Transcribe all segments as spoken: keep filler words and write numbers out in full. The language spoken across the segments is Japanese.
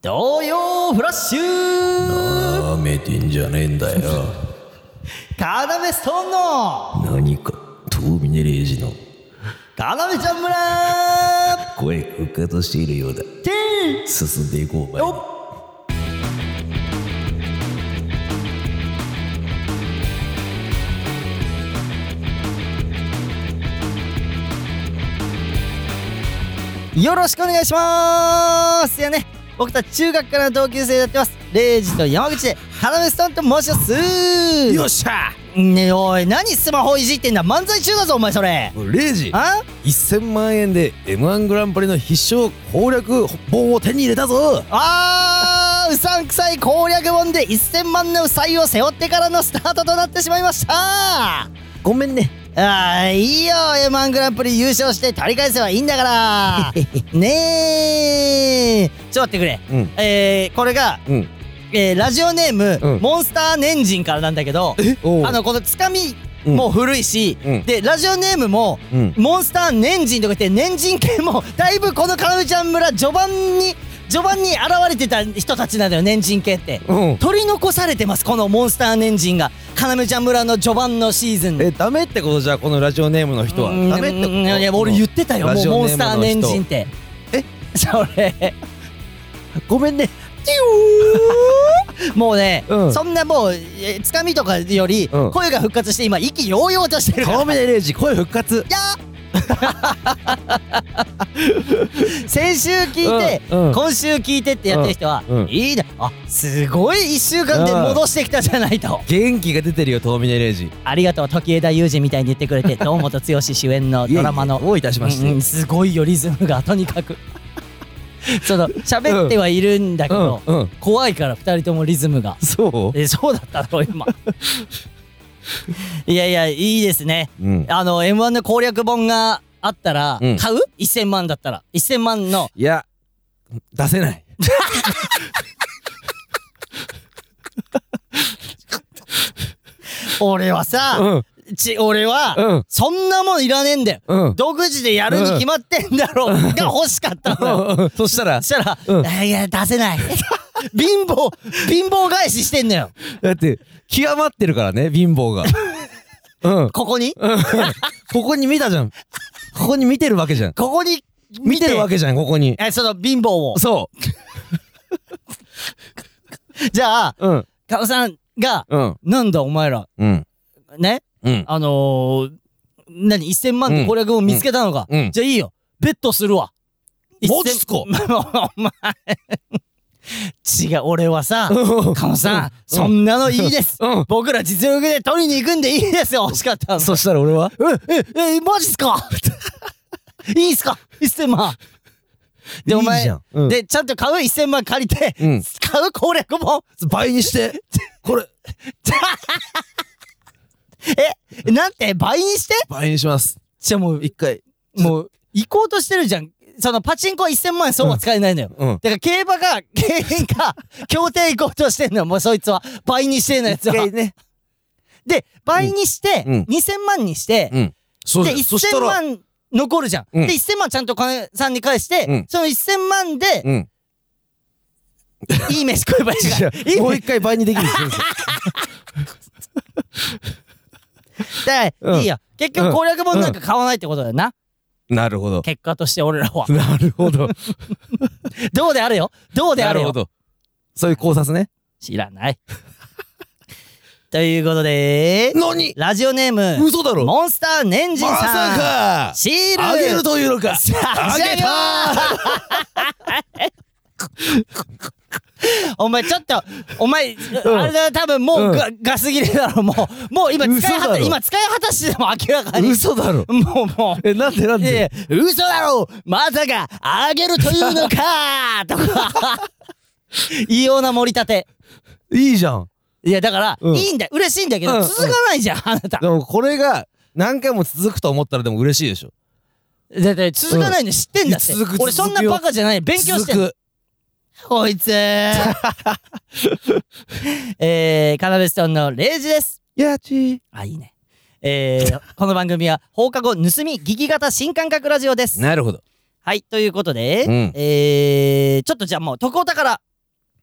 東洋フラッシュなめてんじゃねえんだよ。 カナメストーンの何か遠峰レイジのカナメちゃん村声復活しているようだ。 てー進んでいこうばい。 よっよろしくお願いしまーす。いやね、僕たち中学からの同級生でやってます。レイジと山口でカナメストーンと申します。 よっしゃねえ、おい、何スマホいじってんだ。漫才中だぞお前それ。 レイジ、 あせんまんえんで エムワン グランプリの必勝攻略本を手に入れたぞ。 あー、うさんくさい攻略本でせんまんのうさぎを背負ってからのスタートとなってしまいました。 ごめんね。 あー、いいよ エムワン グランプリ優勝して取り返せばいいんだからねえ、ちょっと待ってくれ、 うん、 えー、これが、 うんえー、ラジオネーム、 うん、 モンスター年人からなんだけど、あのこのつかみもう古いし、うん、でラジオネームも、うん、モンスター年人とか言って年人系もだいぶこのカナメちゃん村序盤に序盤に現れてた人たちなんだよ。年人系って、うん、取り残されてますこのモンスター年人がカナメちゃん村の序盤のシーズンで。 え、ダメってことじゃあこのラジオネームの人はダメってこと？いや俺言ってたよ、もうモンスター年人って。えそれごめんねもうね、うん、そんなもうつかみとかより、うん、声が復活して今意気揚々としてるから。 遠峰レイジ声復活。 や先週聞いて、うんうん、今週聞いてってやってる人は、うんうん、いいね、あ、すごいいっしゅうかんで戻してきたじゃないと。 元気が出てるよ遠峰レイジ。 ありがとう時枝裕二みたいに言ってくれて堂本剛主演のドラマのどういたしまして、 うん、すごいよリズムがとにかくその喋ってはいるんだけど、うんうん、怖いからふたりともリズムが。 そうえそうだったろ今いやいやいいですね、うん、あの エムワン の攻略本があったら、うん、買う ?せんまんだったらせんまんの。 いや出せない俺はさ、うん、ち俺は、うん、そんなもんいらねえんだよ、うん、独自でやるに決まってんだろう、うん、が欲しかったのよ、うん、 そしたらそしたら、うん、いや出せない貧乏貧乏返ししてんのよ。 だって極まってるからね貧乏がうん、 ここに、 うん、ここに見たじゃん。ここに見てるわけじゃん。 ここに見てるわけじゃんここに。 えその貧乏を。 そうじゃあ、 うん、 カオさんが、うん、なんだお前ら、うん、ね、うん、あのー、何せんまんって攻略本見つけたのか、うんうん、じゃあいいよベットするわ。 マジっすかお前違う、俺はさ、カオさん、そんなのいいです、うん、僕ら実力で取りに行くんでいいですよ。欲しかったの。 そしたら俺はえええマジっすかいいっすかせんまんで。お前いいじゃん、うん、でちゃんと買うせんまん借りて、うん、買う攻略本倍にしてこれえなんて倍にして倍にします。 じゃあもう一回もう行こうとしてるじゃん。そのパチンコはせんまん円そうは使えないのよ、うんうん、だから競馬が競輪か競艇行こうとしてんのよ。もうそいつは倍にしてんのやつは、ね、で倍にして、うん、にせんまんにして、うん、でせんまん残るじゃん、うん、でせんまんちゃんと金さんに返して、うん、そのせんまんで、うん、いい飯食えばいいからいいもう一回倍にできるんですよだから、うん、いいよ結局攻略本なんか買わないってことだよな、 うん、なるほど。 結果として俺らはなるほどどうであれよどうであれよ。 なるほど、そういう考察ね。 知らないということで何ラジオネーム嘘だろモンスター年人さん、 まさかシールあげるというのか。 あげたお前ちょっとお前、うん、あれだ多分もう、うん、ガ, ガス切れだろもうもう今使い果た今使い果たしても明らかに嘘だろもうもうえなんでなんで嘘だろまさかあげるというのかとか異様な盛り立て。 いいじゃん。 いやだから、うん、いいんだ嬉しいんだけど、うん、続かないじゃん、うん、あなた。 でもこれが何回も続くと思ったらでも嬉しいでしょ。 だって続かないの知ってんだって、うん、俺そんなバカじゃない勉強してんのこいつーえー、カナメストーンのレイジです。 やちーあいいね。えー、この番組は放課後盗み聞き型新感覚ラジオです。 なるほど。 はいということで、うん、えー、ちょっとじゃあもう徳お宝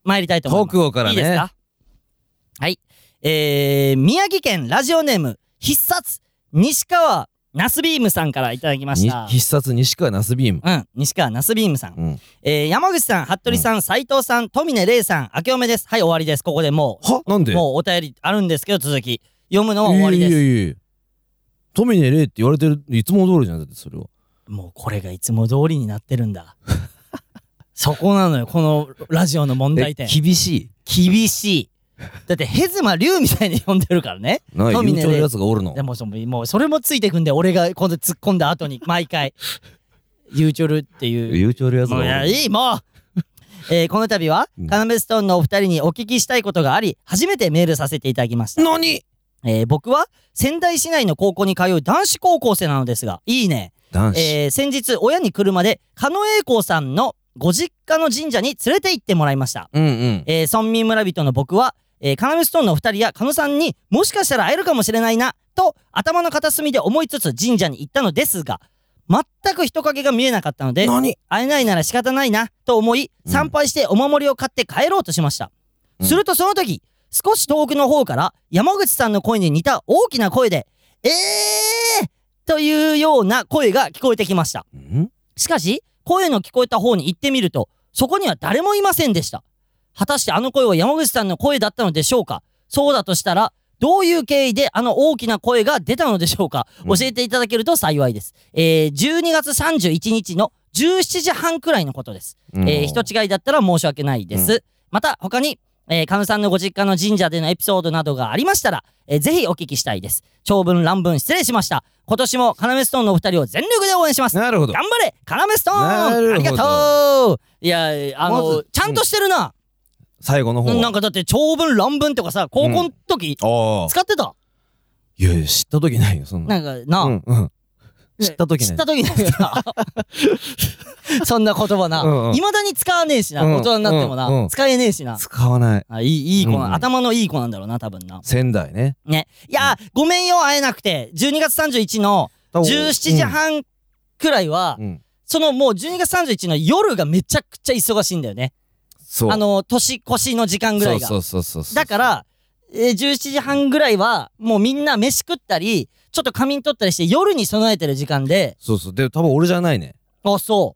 参りたいと思います。 北欧からね。 いいですか？はい。えー、宮城県ラジオネーム、必殺、西川ナスビームさんからいただきました。 必殺西川ナスビーム。 うん、西川ナスビームさん。 うん、 えー、山口さん、服部さん、斉、うん、藤さん、富根玲さん、明けおめです。はい、終わりです。ここでもう。 はなんでもうお便りあるんですけど、続き。読むのは終わりです。 いやいやいや富根玲って言われてる、いつも通りじゃん、だってそれは。 もうこれがいつも通りになってるんだ。そこなのよ、このラジオの問題点。 厳しい。厳しい。だってヘズマ龍みたいに呼んでるからね。 な富根玲。言うちょるやつがおるの。 でもそもうそれもついてくんで、俺が今度突っ込んだ後に毎回言うちょるっていう。 言うちょるやつがおるの。 もういやいいもう。えー、この度は、うん、カナメストーンのお二人にお聞きしたいことがあり、初めてメールさせていただきました。 何？ えー、僕は仙台市内の高校に通う男子高校生なのですが、いいね。 男子。 えー、先日親に車で狩野英孝さんのご実家の神社に連れて行ってもらいました。 うんうん。 えー、村民村人の僕は、えー、カナメストーンのお二人や狩野さんにもしかしたら会えるかもしれないなと頭の片隅で思いつつ神社に行ったのですが、全く人影が見えなかったので、 何？ 会えないなら仕方ないなと思い、参拝してお守りを買って帰ろうとしました。うん、するとその時、少し遠くの方から山口さんの声に似た大きな声で、えーというような声が聞こえてきました。しかし、声の聞こえた方に行ってみると、そこには誰もいませんでした。果たしてあの声は山口さんの声だったのでしょうか？そうだとしたら、どういう経緯であの大きな声が出たのでしょうか？教えていただけると幸いです。えー、じゅうにがつさんじゅういちにちのじゅうしちじはんくらいのことです。えー、人違いだったら申し訳ないです。また、他に、えー、カヌさんのご実家の神社でのエピソードなどがありましたら、えー、ぜひお聞きしたいです。長文乱文失礼しました。今年もカナメストーンのお二人を全力で応援します。 なるほど。 頑張れカナメストーン。ありがとう。いや、あの、ま、ちゃんとしてるな。 最後の方。 なんかだって長文乱文とかさ、高校の時、うん、使ってた？ いやいや、知った時ないよ、そんな。 なんかな、 うんうん、知った時ない。 知った時ないよな。そんな言葉な。うんうん、未だに使わねえしな。大人になってもな、うんうん、使えねえしな。 使わない。 あ、いい、いい子な、うんうん、頭のいい子なんだろうな、多分な。 仙台ね。 ね。いや、うん、ごめんよ、会えなくて。じゅうにがつさんじゅういちのじゅうしちじはんくらいは、うん、そのもうじゅうにがつさんじゅういちの夜がめちゃくちゃ忙しいんだよね。 そう。 あの、年越しの時間ぐらいが。 そうそうそうそう。 だから、えー、じゅうしちじはんぐらいは、もうみんな飯食ったり、ちょっと仮眠取ったりして夜に備えてる時間で。 そうそう。で、多分俺じゃないね。 あ、そう。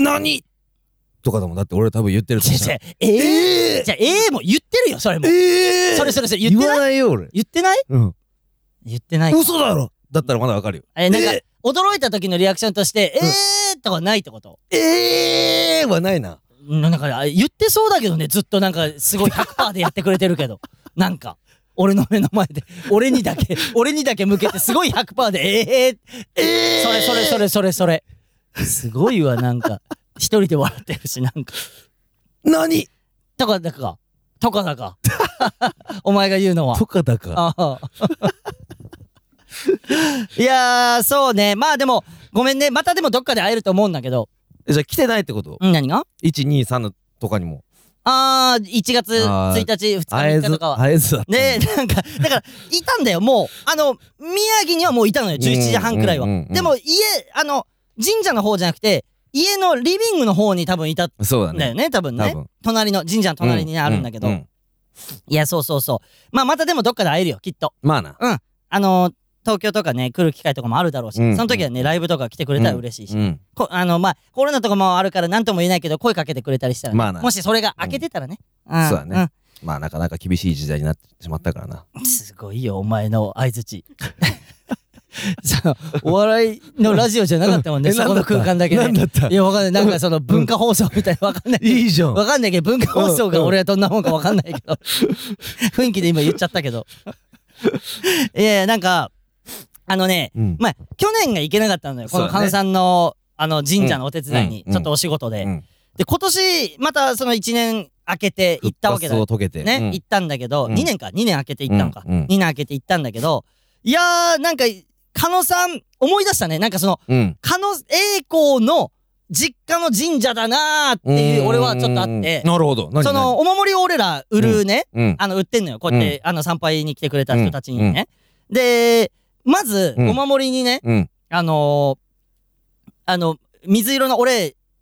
何とかだもん。だって俺多分言ってると思う。 えー、えー、じゃあ、えーも言ってるよ、それも。 えー、 それそれそれ言ってない？ 言わないよ、俺。 言ってない？ うん。 言ってない。 嘘だろだったらまだわかるよ。 えー、なんか、えー、驚いた時のリアクションとして、えー、うん、とかないってこと？ えーはないな。 なんか言ってそうだけどね、ずっとなんかすごい ひゃくパーセント でやってくれてるけどなんか俺の目の前で俺にだけ俺にだけ向けてすごい ひゃくパーセント でえー、えー、それそれそれそれそれすごいわ。なんか一人で笑ってるし、なんか何とかだかとかだかお前が言うのはとかだか。あいやー、そうね。まあでもごめんね、またでもどっかで会えると思うんだけど。 じゃあ来てないってこと？ ん何が ? いち、に、さん のとかにも。 あー、いちがつついたち、ふつか、みっかとかは。 会えずだった。 ねえ、なんか、だから、いたんだよ、もう。あの、宮城にはもういたのよ、じゅうしちじはんくらいは。でも、家、あの、神社の方じゃなくて、家のリビングの方に多分いたんだよね、ね多分ね。分隣の、神社の隣に、ね、あるんだけど、うんうんうん。いや、そうそうそう。まあ、またでもどっかで会えるよ、きっと。 まあな。 うん。あのー、東京とかね来る機会とかもあるだろうし、うん、その時はねライブとか来てくれたら嬉しいし、うん、こあのまあコロナとかもあるから何とも言えないけど声かけてくれたりしたら、ね、まあ、もしそれが明けてたらね、 うんうん、そうだね、うん、まあなかなか厳しい時代になってしまったからな。 すごいよお前の相づちさお笑いのラジオじゃなかったもんねそこの空間だけね。 なんだった？ いやわかんない、なんかその文化放送みたいなわかんないいいじゃん。 わかんないけど文化放送が俺はどんなもんかわかんないけど雰囲気で今言っちゃったけどいやいやなんかあのね、うん、まあ去年が行けなかったのよ、このカヌさんのあの神社のお手伝いに、ちょっとお仕事で、うんうん、で今年またそのいちねん明けて行ったわけだよね、うん、行ったんだけど、うん、にねんかにねん明けて行ったのか、うんうん、にねん明けて行ったんだけど、いやーなんかカノさん思い出したね、なんかその、うん、カノ栄光の実家の神社だなーっていう俺はちょっとあって、 なるほど。何そのお守りを俺ら売るね、うん、あの売ってんのよ、こうやって、うん、あの参拝に来てくれた人たちにね、うん、でまず、うん、お守りにね、うん、あのー、あの水色の俺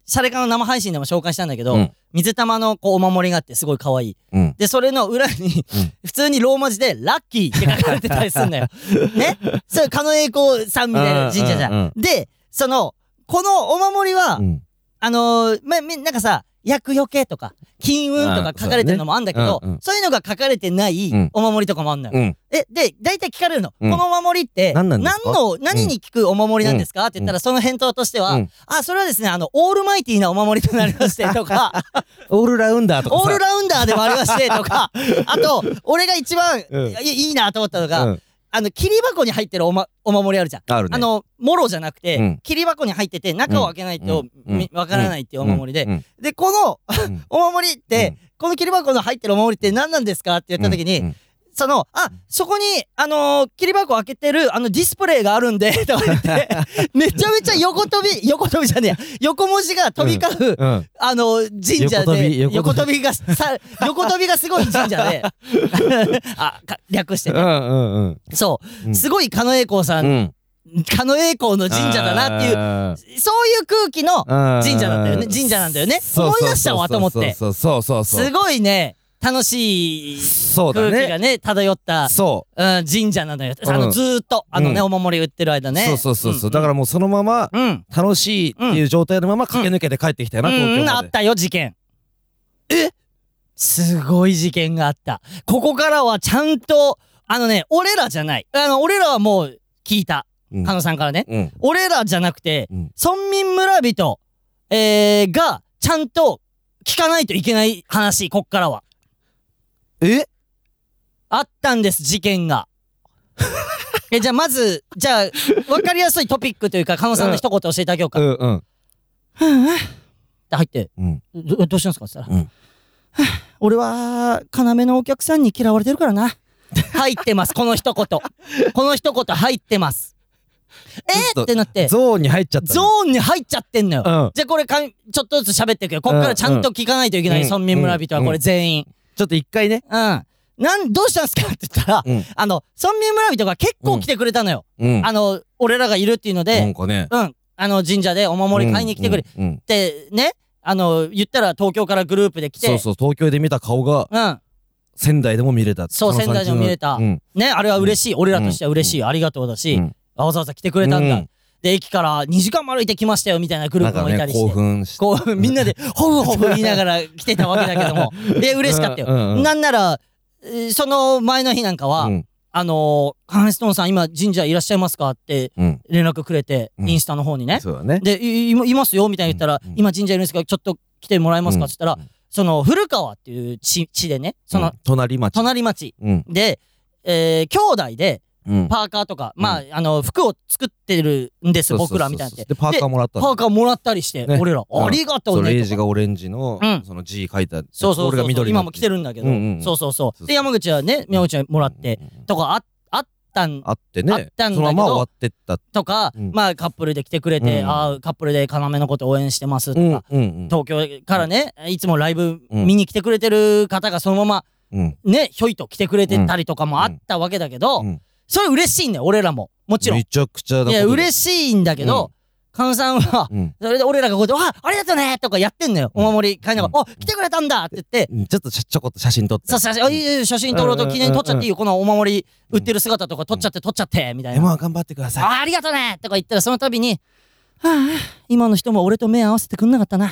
シャレカの生配信でも紹介したんだけど、 うん、 水玉のこうお守りがあってすごい可愛い、うん、でそれの裏に、うん、普通にローマ字でラッキーって書かれてたりするんだよね。それ狩野英孝さんみたいな神社じゃん、うんうんうん、でそのこのお守りは、うん、あのー、ま、なんかさ厄除けとか金運とか書かれてるのもあんだけど、そう、ねうんうん、そういうのが書かれてないお守りとかもあんのよ、うん、えで大体聞かれるの、うん、このお守りって何の何に効くお守りなんですか、うん、って言ったらその返答としては、うん、あそれはですねあのオールマイティーなお守りとなりましてとかオールラウンダーとかオールラウンダーでもありましてとかあと俺が一番、うん、いいなと思ったのが、うんあの切り箱に入ってるお、ま、お守りあるじゃん。あるね。あのもろじゃなくて、うん、切り箱に入ってて中を開けないとわ、うん、からないっていうお守りで、うん、でこのお守りって、うん、この切り箱の入ってるお守りって何なんですかって言った時に、うんうん、そのあそこにあのー、切り箱開けてるあのディスプレイがあるんでとか言ってめちゃめちゃ横飛び横飛びじゃねえや横文字が飛び交う、うんうん、あのー、神社で横飛びがさ横飛びがすごい神社であ略してね、うんうんうん、そう、うん、すごい狩野英孝さん、うん狩野英孝の神社だなっていうそういう空気の神社だったよね神社なんだよね思い出したわと思ってすごいね楽しい空気がね漂ったそう、うん、神社なのよ、うん、あのずーっとあのね、うん、お守り売ってる間ねそうそうそうそう、うん、だからもうそのまま、うん、楽しいっていう状態のまま駆け抜けて帰ってきたよな、うん、東京まで、うん、あったよ事件えすごい事件があったここからはちゃんとあのね俺らじゃないあの俺らはもう聞いた狩野さんからね、うん、俺らじゃなくて、うん、村民村人、えー、がちゃんと聞かないといけない話こっからはえあったんです事件がえじゃあまずじゃあ分かりやすいトピックというか狩野さんの一言教えてあげようか、うんうんうん、って入って、うん、ど, どうしたんですかって言ったら、うん、俺は要のお客さんに嫌われてるからな入ってますこの一言この一言入ってますえーってなってゾーンに入っちゃったゾーンに入っちゃってんのよ、うん、じゃあこれかちょっとずつ喋ってるけどこっからちゃんと聞かないといけない、うん、村民村人はこれ全員、うん、 ちょっと一回ねうんなんどうしたんすかって言ったら、うん、あの村民村人が結構来てくれたのよ、うん、あの俺らがいるっていうので、うんね、うんあの神社でお守り買いに来てくれ、うんうん、ってねあの言ったら東京からグループで来てそうそう東京で見た顔が、うん仙台でも見れたそう仙台でも見れた、うん、ねあれは嬉しい、うん、俺らとしては嬉しい、うん、ありがとうだし、うん、わざわざ来てくれたんだ、うん、で駅からにじかんも歩いてきましたよみたいなグループもいたりして、ね、興奮して興奮みんなでホフホフ言いながら来てたわけだけどもで嬉しかったよ、うんうんうん、なんならその前の日なんかは、うん、あのー、ハンストーンさん今神社いらっしゃいますかって連絡くれて、うん、インスタの方にね、そうだねで い, いますよみたいに言ったら、うん、今神社いるんですかちょっと来てもらえますかって言ったら、うんその古川っていう地地でねその、うん、 隣町隣町、うん、で、えー、兄弟でパーカーとか、うん、まああの服を作ってるんです、うん、僕らみたいなでパーカーもらったパーカーもらったりして、ね、俺ら、うん、ありがとうねとかレイジがオレンジの、うん、その G 書いたそうそうそうそう俺が緑今も着てるんだけど、うんうん、そうそうそうで山口はね山口はもらって、うんうん、とかああってねあったんだけどそのまま終わってったとか、うん、まあカップルで来てくれて、うん、ああカップルで要のこと応援してますとか、うんうんうん、東京からねいつもライブ見に来てくれてる方がそのまま、うん、ねひょいと来てくれてたりとかもあったわけだけど、うん、それ嬉しいんだよ俺らももちろんめちゃくちゃだいや嬉しいんだけど、狩野さんは、うん、それで俺らがこうやって「あありがとうね」とかやってんのよ、うん、お守り買いながら「お来てくれたんだ」って言ってちょっとちょこっと写真撮ってそう写真、うん、写真撮ろうと記念撮っちゃっていいよ、このお守り売ってる姿とか撮っちゃって撮っちゃってみたいな、 まあ頑張ってくださいあ, ありがとうねとか言ったらその度に「はあ今の人も俺と目合わせてくんなかったな」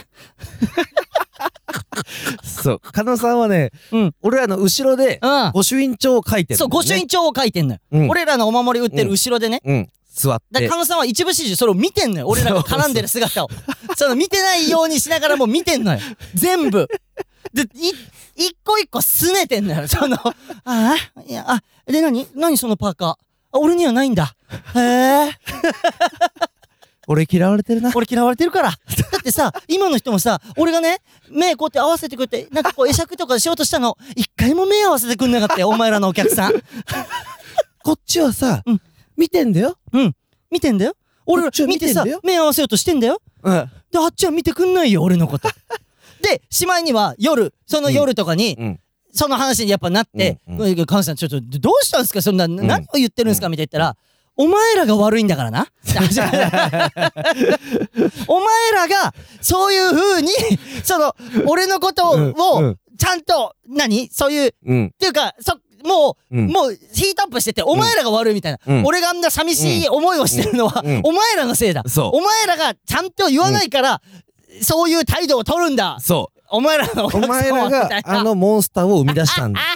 そう狩野さんはね、うん、俺らの後ろで御朱印帳を書いてる、ね、 そう御朱印帳を書いてんのよ、うん、俺らのお守り売ってる後ろでね、うんうん座ってだ狩野さんは一部始終それを見てんのよ俺らが絡んでる姿をその見てないようにしながらも見てんのよ全部でい一個一個すねてんのよそのああいやあで何何そのパーカーあ俺にはないんだへえ俺嫌われてるな俺嫌われてるからだってさ今の人もさ俺がね目こうやって合わせてくれてなんかこう会釈とかしようとしたの一回も目合わせてくんなかったよお前らのお客さんこっちはさ、うん見てんだようん見てんだよ俺ら見てさ目合わせようとしてんだよ、うん、であっちは見てくんないよ俺のことでしまいには夜その夜とかに、うん、その話にやっぱなって「菅、うんうん、さんちょっとどうしたんですかそんな、うん、何を言ってるんですか?」みたいな言ったらお前らが悪いんだからな。お前らがそういう風にその俺のことをちゃんと何そういう、うん、っていうかそもう、うん、もうヒートアップしてて、お前らが悪いみたいな、うん、俺があんな寂しい思いをしてるのは、うん、お前らのせいだ、お前らがちゃんと言わないから、うん、そういう態度を取るんだ。そうお前らのお前らがあのモンスターを生み出したんだ。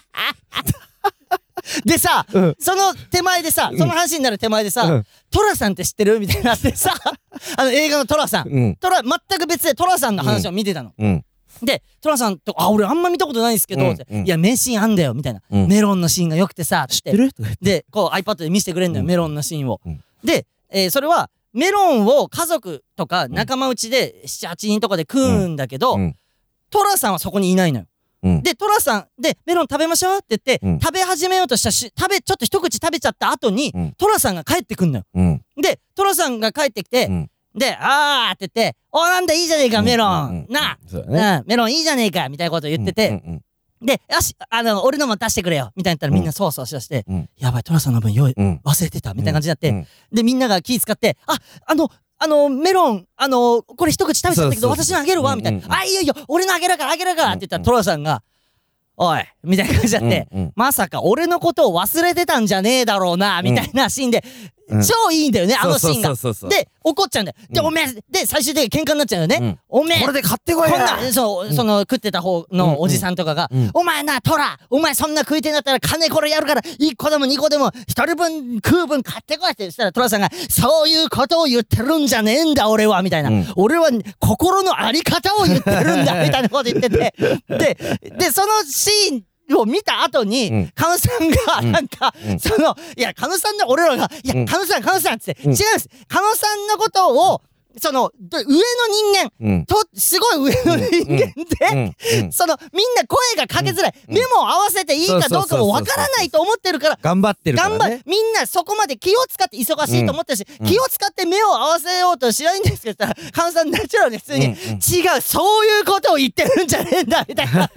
でさ、うん、その手前でさ、その話になる手前でさ、うん、トラさんって知ってるみたいになってさ、あの映画のトラさん、うん、トラ全く別でトラさんの話を見てたの。うん、で、トラさんと、あ、俺あんま見たことないんですけど、うんうん、いや、名シーンあんだよ、みたいな、うん。メロンのシーンが良くてさ、 知ってるで、こう iPad で見せてくれんのよ、うん、メロンのシーンを。うん、で、えー、それは、メロンを家族とか仲間内でなな、はちにんとかで食うんだけど、うん、トラさんはそこにいないのよ。うん、で、トラさん、で、メロン食べましょうって言って、うん、食べ始めようとしたし、食べ、ちょっと一口食べちゃった後に、うん、トラさんが帰ってくんのよ。うん、で、トラさんが帰ってきて、うん、で、あーって言って、おーなんだいいじゃねえか、メロン、うんうん、なあ、うんね、メロンいいじゃねえか、みたいなことを言ってて、うんうんうん、で、よし、あの、俺のも出してくれよ、みたいな言ったらみんなそうそうしだして、うん、やばい、トラさんの分用意、うん、忘れてた、みたいな感じになって、うん、で、みんなが気使って、あ、あの、あの、メロン、あの、これ一口食べちゃったけど、私のあげるわ、みたいな、うんうんうん、あ、いいよいいよ、俺のあげるから、あげるから、って言ったら、トラさんが、おいみたいな感じだって、うんうん、まさか俺のことを忘れてたんじゃねえだろうな、みたいなシーンで、うん、超いいんだよね、あのシーンが。で、怒っちゃうんだよ。で、うん、おめえ、で、最終的に喧嘩になっちゃうんだよね。うん、おめえ、 これで買ってこいよ。 そう、その食ってた方のおじさんとかが、うんうん、お前な、トラ、お前そんな食いてんだったら金これやるから、いっこでもにこでもひとりぶん食う分買ってこいってしたら、トラさんが、そういうことを言ってるんじゃねえんだ、俺は、みたいな。うん、俺は心のあり方を言ってるんだ、みたいなこと言ってて。で、で、そのシーン、を見た後に、うん、カヌさんが、なんか、うん、その、いや、カヌさんの俺らが、いや、うん、カヌさん、カヌさんって、うん、違うんです。カヌさんのことを、その、上の人間、うん、と、すごい上の人間で、うんうん、その、みんな声がかけづらい、うん、目も合わせていいかどうかもわからないと思ってるから、 頑張ってるからね。頑張みんなそこまで気を使って忙しいと思ってるし、うん、気を使って目を合わせようとしないんですけど、カンさんナチュラルに普通に、うんうん、違う、そういうことを言ってるんじゃねえんだ、みたいになって。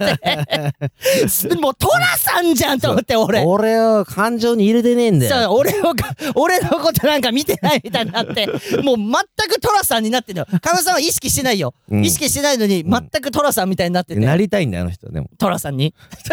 もう、トラさんじゃんと思って、俺。 俺を感情に入れてねえんだよ。 そう、俺を、俺のことなんか見てないみたいになって、もう全くトラさんになってるのよ。カノさんは意識してないよ、うん、意識してないのに全くトラさんみたいになってて、 なりたいんだよあの人。でもトラさんに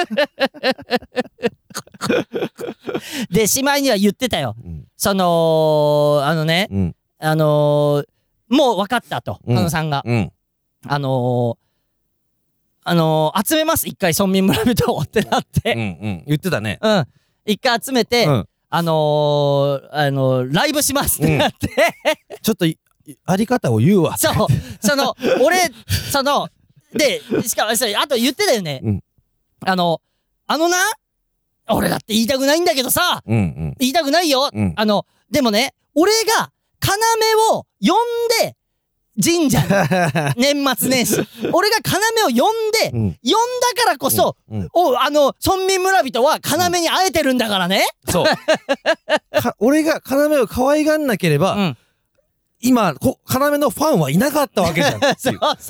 でしまいには言ってたよ、うん、そのあのね、うん、あのー、もう分かったと、カノさんが、うん、あのー、あのー、集めます一回村民村人をってなって、うんうん、 言ってたね。 うん一回集めて、うん、あのー、あのー、ライブしますってなって、 うん、ちょっとあり方を言うわ。 そう、その、俺、その、で、しかも、あと言ってたよね。うん、あの、あのな、俺だって言いたくないんだけどさ、うんうん、言いたくないよ、うん。あの、でもね、俺が、要を呼んで、神社に、年末年始。俺が要を呼んで、うん、呼んだからこそ、うんうん、お、あの、村民村人は要に会えてるんだからね。 そう。俺が要を可愛がんなければ、うん今、こ、要のファンはいなかったわけじゃん。 そうそう。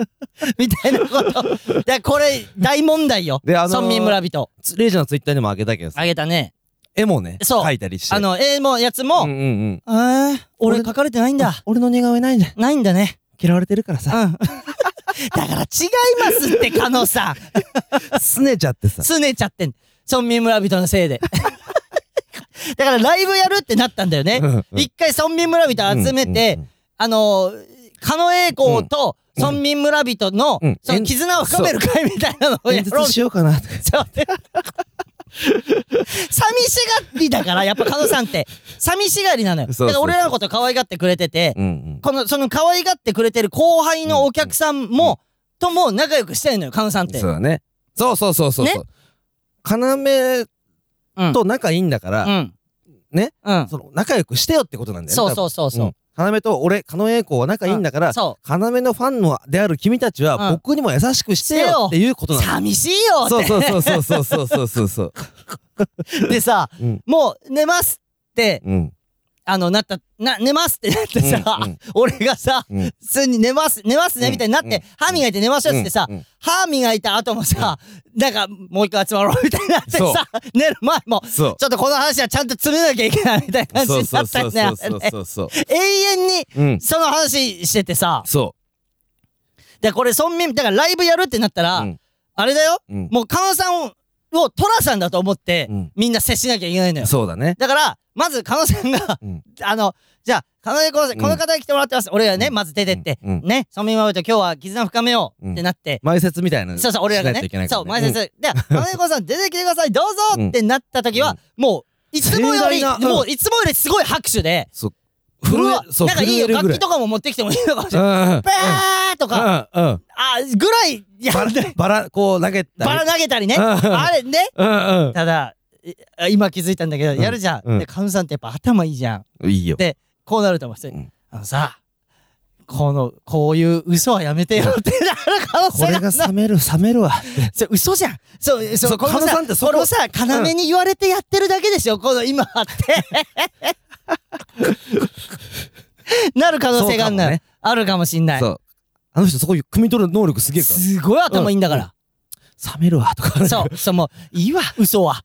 みたいなこと。で、これ、大問題よ。で、あのー、村民村人。 レイジのツイッターにもあげたけどさ。 あげたね。 絵もね、 そう描いたりして。 あの、絵もやつも、うんうんうん。えー、俺書かれてないんだ。 俺の似顔絵ないんだ。 ないんだね。 嫌われてるからさ。うん。だから違いますって、カノさん。 すねちゃってさ。 すねちゃってん。村民村人のせいで。だからライブやるってなったんだよね。一回村民村人集めて、うんうんうん、あのー、狩野英孝と村民村人の、うん、その絆を深める会みたいなのをやろう。 演説しようかな。そう寂しがりだから、やっぱ狩野さんって。寂しがりなのよ。だから俺らのこと可愛がってくれてて、うんうん、この、その可愛がってくれてる後輩のお客さんも、うんうん、とも仲良くしてんのよ、狩野さんって。 そうだね。そうそうそうそう。ね、要と仲いいんだから、うん、ね、うん、その仲良くしてよってことなんだよね。 そうそうそうそう。 要と俺、狩野英孝は仲いいんだから、要のファンのである君たちは僕にも優しくしてよっていうことなんだ。 寂しいよって。 そうそうそうそうそうそうそうそう。 でさ、うん、もう寝ますって、うん、 あのなったな寝ますってなってさ、うんうん、俺がさ、うん、普通に寝ます寝ますね、うん、みたいになって、うん、歯磨いて寝ましょうっつってさ、うんうん、歯磨いた後もさ、うん、なんかもう一回集まろうみたいになってさ、寝る前もちょっとこの話はちゃんと詰めなきゃいけないみたいな話になったよね。永遠にその話しててさ、そうでこれ村民だからライブやるってなったら、うん、あれだよ、うん、もう狩野さんををトラさんだと思って、うん、みんな接しなきゃいけないのよ。そうだね。だからまず狩野さんが、うん、あのじゃあ狩野でこの方に来てもらってます、うん、俺らね、まず出てって、うん、ね村民守ると今日は絆深めようってなって、前説みたいな、そうそう俺らがね、そう前説、うん、で狩野でこさん出てきてくださいどうぞってなった時は、うん、もういつもより、うん、もういつもよりすごい拍手で、そううわなんかいいよ楽器とかも持ってきてもいいのかもしれない。バーとか、うんうん、あぐらいやバラバラこう投げたりバラ投げたりね、あれね、うんうん、ただ今気づいたんだけど、うん、やるじゃん、うん、でカウンさんってやっぱ頭いいじゃん。いいよ。でこうなると思う、うん、あのさこのこういう嘘はやめてよってなる可能性が、これが冷める冷めるわそれ嘘じゃん。そうそうこのさこのさ要に言われてやってるだけでしょ、この今ってなる可能性があるのよ、ね、あるかもしんない。そうあの人そこ汲み取る能力すげえから、すごい頭いいんだから、うん、冷めるわとかそうそうもういいわ嘘は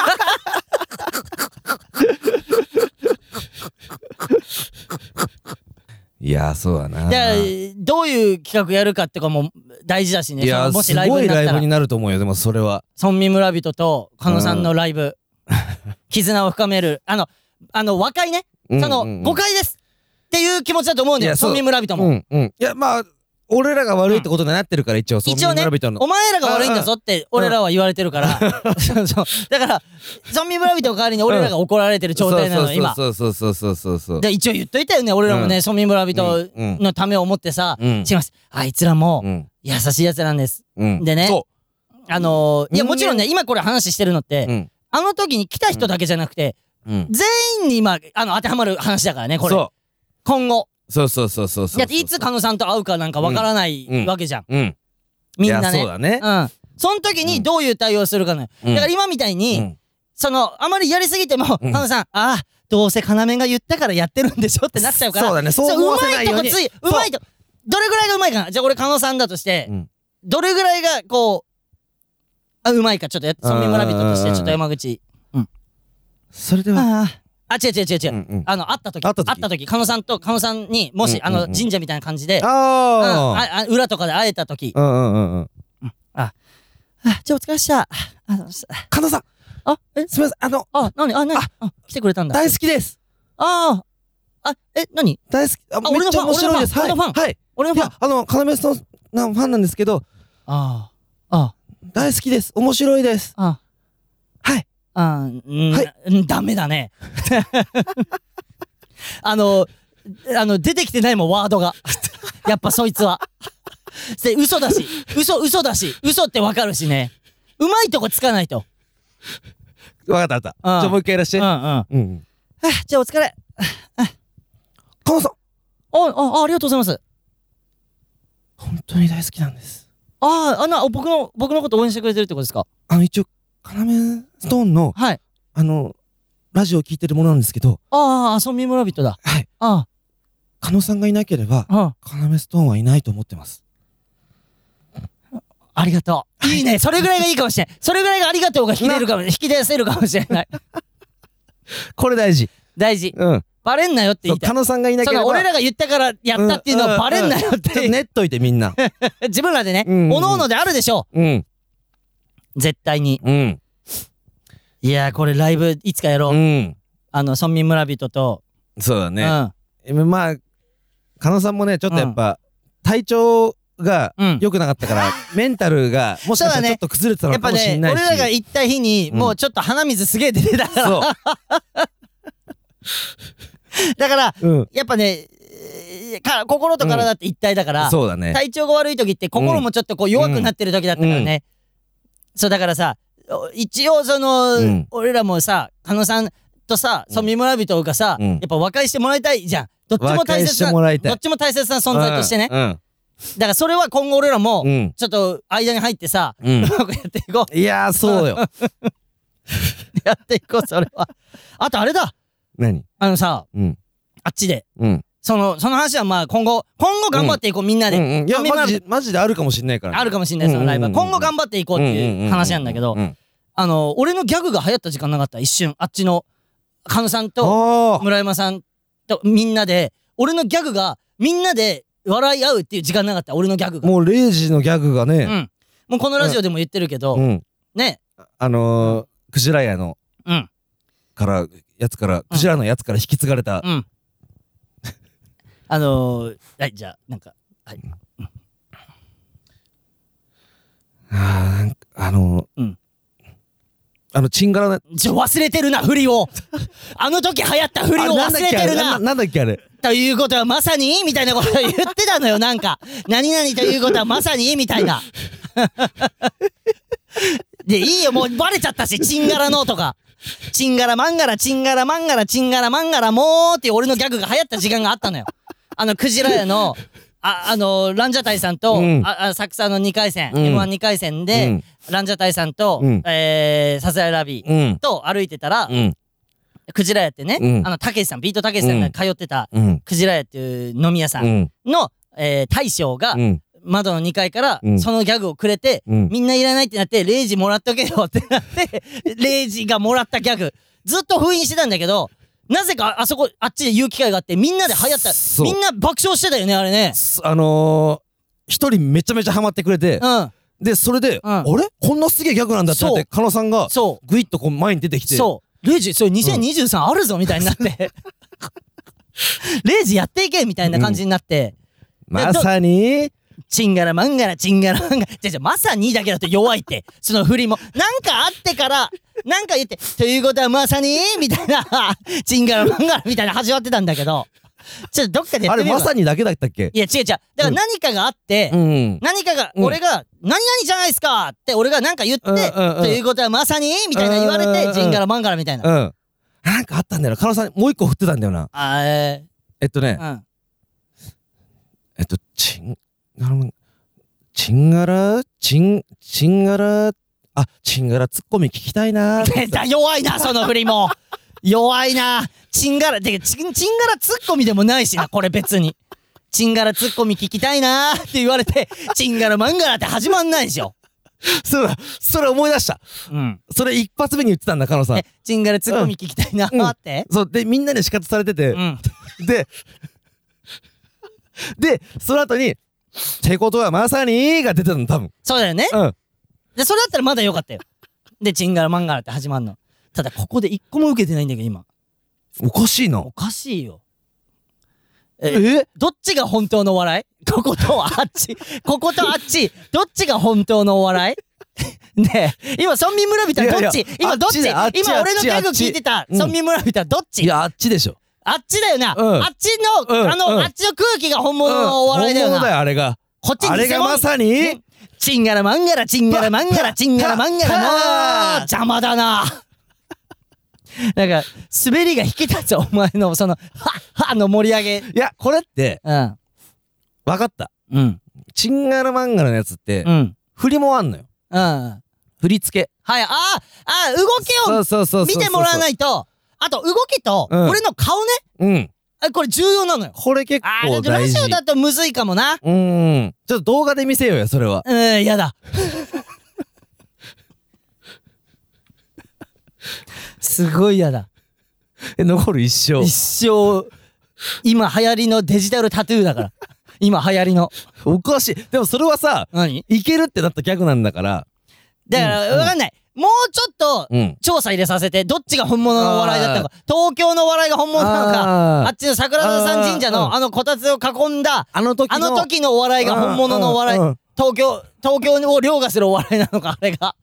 いやそうだな。でどういう企画やるかってかも大事だしね。いやもしライブになったらすごいライブになると思うよ。でもそれは村民村人と狩野さんのライブ、うん、絆を深めるあのあの和解ね、その誤解ですっていう気持ちだと思うんだよ、村民村人も。うんうん、いやまあ俺らが悪いってことになってるから、一応村民村人の、お前らが悪いんだぞって俺らは言われてるからそうそうだから村民村人の代わりに俺らが怒られてる状態なの今。そうそうそうそうそうそう。で一応言っといたよね、俺らもね、村民村人のためを思ってさ、違いますあいつらも優しいやつなんです、でね、あのいやもちろんね今これ話してるのってあの時に来た人だけじゃなくて全員に今あの当てはまる話だからねこれ。今後そうそうそうそうそう。だっていつ狩野さんと会うかなんかわからないわけじゃん、うんうん、みんなね。そうだね。うんその時にどういう対応するかね、うん、だから今みたいに、うん、そのあまりやりすぎても、うん、狩野さんああどうせ要が言ったからやってるんでしょってなっちゃうから。そうだね。そう思わせないように。うまいとこついうまいとどれぐらいがうまいかな。じゃあ俺狩野さんだとして、うん、どれぐらいがこうあうまいかちょっとやって村民村人としてちょっと山口、うん、それではあ違う違う違う違う、うんうん、あの会った時会った時狩野さんと狩野さんにもし、うんうんうん、あの神社みたいな感じで、あ、うん、ああ裏とかで会えた時、うんうんうんうん、ああじゃあお疲れっした。狩野さんあえすみませんあのあ何あ何あ来てくれたんだ。大好きです。あああえ何大好きあ俺のファン面白いです。俺のファンはい俺のファンあの要さんのファンなんですけどああ大好きです面白いです。あはいあーん、はい、ダメだねあのあの出てきてないもんワードがやっぱそいつはで嘘だし嘘嘘だし嘘ってわかるしね、うまいとこつかないと。わかったわかった、うん、じゃあもう一回いらっしゃい。うんうん、うん、はじゃあお疲れ。狩野さんああありがとうございます。本当に大好きなんです。あああの僕の僕のこと応援してくれてるってことですか。あの一応要ストーンの、はい、あのラジオを聞いてるものなんですけど。ああ村民村人だ。はいああ狩野さんがいなければ要ストーンはいないと思ってます。ありがとう。いいねそれぐらいがいいかもしれない。それぐらいがありがとうが引き出るかも引き出せるかもしれないこれ大事大事、うん、バレんなよって言いたい。狩野さんがいなければ俺らが言ったからやったっていうのはバレんなよって、うんうんうん、練っといてみんな自分らでね、うんうん、おのおのであるでしょう、うん、絶対に、うん、いやーこれライブいつかやろう、うん、あの村民村人と。そうだね、うん、まあ狩野さんもねちょっとやっぱ、うん、体調が良くなかったから、うん、メンタルがもしかしたらちょっと崩れてたのかもしれないし、やっぱね俺らが行った日に、うん、もうちょっと鼻水すげえ出てたからそうだから、うん、やっぱねか心と体って一体だから、うん、そうだね、体調が悪い時って心もちょっとこう弱くなってる時だったからね、うん、そうだからさ一応その、うん、俺らもさ狩野さんとさ村民村人がさ、うん、やっぱ和解してもらいたいじゃん。どっちも大切などっちも大切な存在としてね、うんうん、だからそれは今後俺らもちょっと間に入ってさ、うん、うまくやっていこう。いやーそうよやっていこうそれは。あとあれだ何あのさ、 うん、 あっちで、 うん、 そのその話はまあ今後今後頑張っていこう、みんなで、 うんうんうん、いやマジマジであるかもしんないから、ね、 あるかもしんない、そのライブは今後頑張っていこうっていう話なんだけど、あの俺のギャグが流行った時間なかった？一瞬あっちのカヌさんと村山さんとみんなで俺のギャグがみんなで笑い合うっていう時間なかった？俺のギャグがもうレイジのギャグがね、 うん、もうこのラジオでも言ってるけど、うん、ね、 あのー、クジラ屋の、うん、からやつから、クジラのやつから引き継がれた、うん、 あのー、はい、じゃあなんかはい、うん、 あーあのー、うんあのチンガラなちょ忘れてるな振りをあの時流行った振りを忘れてるな。 なんだっけあれということはまさにみたいなこと言ってたのよ。なんか何々ということはまさにみたいなでいいよ、もうバレちゃったし、チンガラのとかチンガラマンガラチンガラマンガラチンガラマンガラもーっていう俺のギャグが流行った時間があったのよ。あのクジラ屋のあ、あのー、ランジャタイさんと、うん、ああサクサのにかい戦、うん、エムワンにかい戦で、うん、ランジャタイさんと、うん、えー、サスライラビー、うん、と歩いてたら、うん、クジラ屋ってね、うん、あの、たけしさん、ビートたけしさんが通ってた、うん、クジラ屋っていう飲み屋さんの、うん、えー、大将が、うん、窓のにかいから、うん、そのギャグをくれて、うん、みんないらないってなって、レイジもらっとけよってなって、レイジがもらったギャグ、ずっと封印してたんだけど、なぜかあそこあっちで言う機会があってみんなで流行った、みんな爆笑してたよねあれね。 あのー、一人めちゃめちゃハマってくれて、うん、でそれで、うん、あれこんなすげえギャグなんだってなって狩野さんがグイッとこう前に出てきて、 そうレイジそれにせんにじゅうさんあるぞみたいになって、うん、レイジやっていけみたいな感じになって、 うん、まさにチンガラマンガラチンガラマンガラじゃじゃまさにだけだと弱いってその振りもなんかあってからなんか言ってということはまさにみたいなチンガラマンガラみたいな始まってたんだけど、ちょっとどっかでやってみよう。 あれまさにだけだったっけ？ いや違う違う、だから何かがあって、うん、何かが、うん、俺が何々じゃないですかって俺がなんか言って、うんうんうん、ということはまさにみたいな言われて、うん、チンガラマンガラみたいな、うん、 なんかあったんだよな。狩野さんもう一個振ってたんだよな。 あえー、 えっとね、うん、えっとチンガラマンチンガラチンチンガラあチンガラツッコミ聞きたいなー弱いなその振りも弱いな。チンガラでチンチンガラツッコミでもないしなこれ別にチンガラツッコミ聞きたいなーって言われてチンガラマンガラって始まんないでしょ。 そうだそれ思い出した、うん、それ一発目に言ってたんだ狩野さん。えチンガラツッコミ聞きたいなーって、 うんうん、そうでみんなで死活されてて、うん、ででその後にってことはまさにが出てたの多分。 そうだよね、うん、でそれだったらまだよかったよ。でチンガラマンガラって始まんの。ただここで一個も受けてないんだけど今。 おかしいな。 おかしいよ。ええどっちが本当の笑い？こことあっちこことあっちどっちが本当のお笑いねえ今村民村人はどっち？今どっち？今俺のギャグ聞いてた村民村人はどっち？ いやあっちでしょ。 あっちだよな、うん、あっちの、うん、あの、うん、あっちの空気が本物のお笑いだよな、 うん、本物だよあれが。 こっちにあれがまさにチンガラマンガラチンガラマンガラチンガラマンガラもう邪魔だななんか滑りが引き立つお前のそのはっはの盛り上げ。 いやこれって、うん、分かった、うん、チンガラマンガラのやつって、うん、振りもあんのよ、うん、振り付け。 はい、あーあー動きを見てもらわないと。あと動きと、うん、俺の顔ね、うんあこれ重要なのよ。 これ結構大事。ラジオだとむずいかもな。 うん。ちょっと動画で見せようよそれは。 うん、やだ。すごいやだ。 え残る一生。 一生。今流行りのデジタルタトゥーだから。今流行りの。 おかしい。でもそれはさ、何？いけるってなったギャグなんだから。 だから、うん、わかんない。もうちょっと調査入れさせて、どっちが本物のお笑いだったのか、東京のお笑いが本物なのか、あっちの桜田山神社のあのこたつを囲んだあの時 の, あの時のお笑いが本物のお笑い、東京東京を凌駕するお笑いなのか、あれが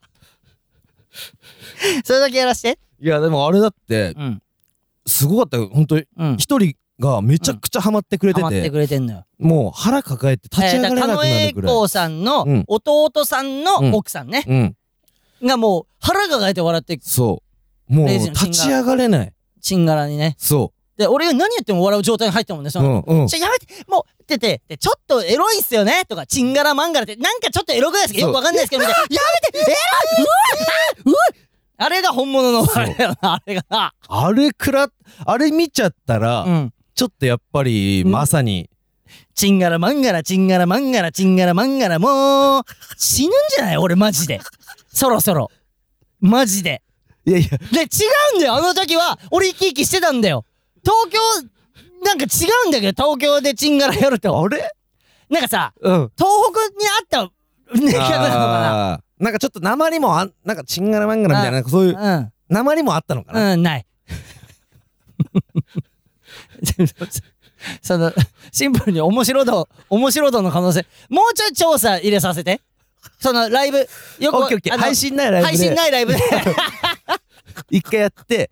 それだけやらして。 いやでもあれだって、うん、すごかったよ本当に。一、うん、人がめちゃくちゃハマってくれてて、うん、ハマってくれてんのよ。もう腹抱えて立ち上がれなくなるぐらい。 狩野英孝さんの弟さんの奥さんね、うんうんがもう腹抱えて笑って。 そうもう立ち上がれない。 チンガラにね。 そうで俺が何言っても笑う状態に入ったもんねその、うんうん、ちょやめてもうっててでちょっとエロいっすよねとかチンガラマンガラってなんかちょっとエロくないですかよくわかんないですけどみたいなやめてエロいうわうわあれが本物の笑いだよなあれがな。 あれくらあれ見ちゃったら、うん、ちょっとやっぱりまさに、 チンガラマンガラチンガラマンガラチンガラマンガラもう死ぬんじゃない俺マジでそろそろマジでいやいやで違うんだよあの時は俺生き生きしてたんだよ東京なんか違うんだけど東京でチンガラやるとあれなんかさ、うん、東北にあったね客なのかななんかちょっと鉛もあなんかチンガラマンガラみたいななんかそういう、うん、鉛もあったのかなうんないそのシンプルに面白度面白度の可能性もうちょい調査入れさせてそのライブよくオッケーオッケー配信ないライブで配信ないライブで一回やって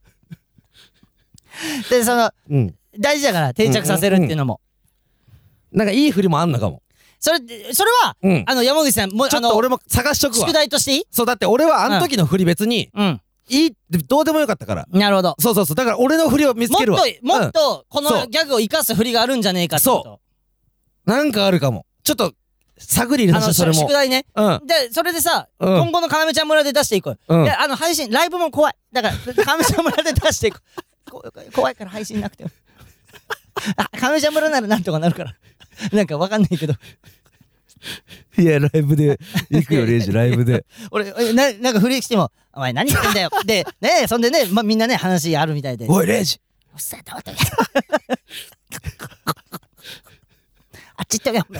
でその、うん、大事だから定着させるっていうのも、 うんうんうん、なんかいい振りもあんのかもそれそれは、うん、あの山口さんもちょっと俺も探しとくわ宿題としていいそうだって俺はあの時の振り別に、うん、うんいいどうでもよかったからなるほどそうそうそうだから俺の振りを見つけるわもっともっとこのギャグを生かす振りがあるんじゃねえかってことそうなんかあるかもちょっっと探り入れさせてそれも宿題ね、 うん、 でそれでさ、うん、今後のかなめちゃん村で出していこう、うん、であの配信ライブも怖いだからかなめちゃん村で出していこう怖いから配信なくてもあかなめちゃん村ならなんとかなるからなんかわかんないけどいやライブで行くよレイジライブで俺ななんか振りしてもお前何言ってんだよでねそんでね、ま、みんなね話あるみたいでおいレイジうっさい黙ってあっち行ってよ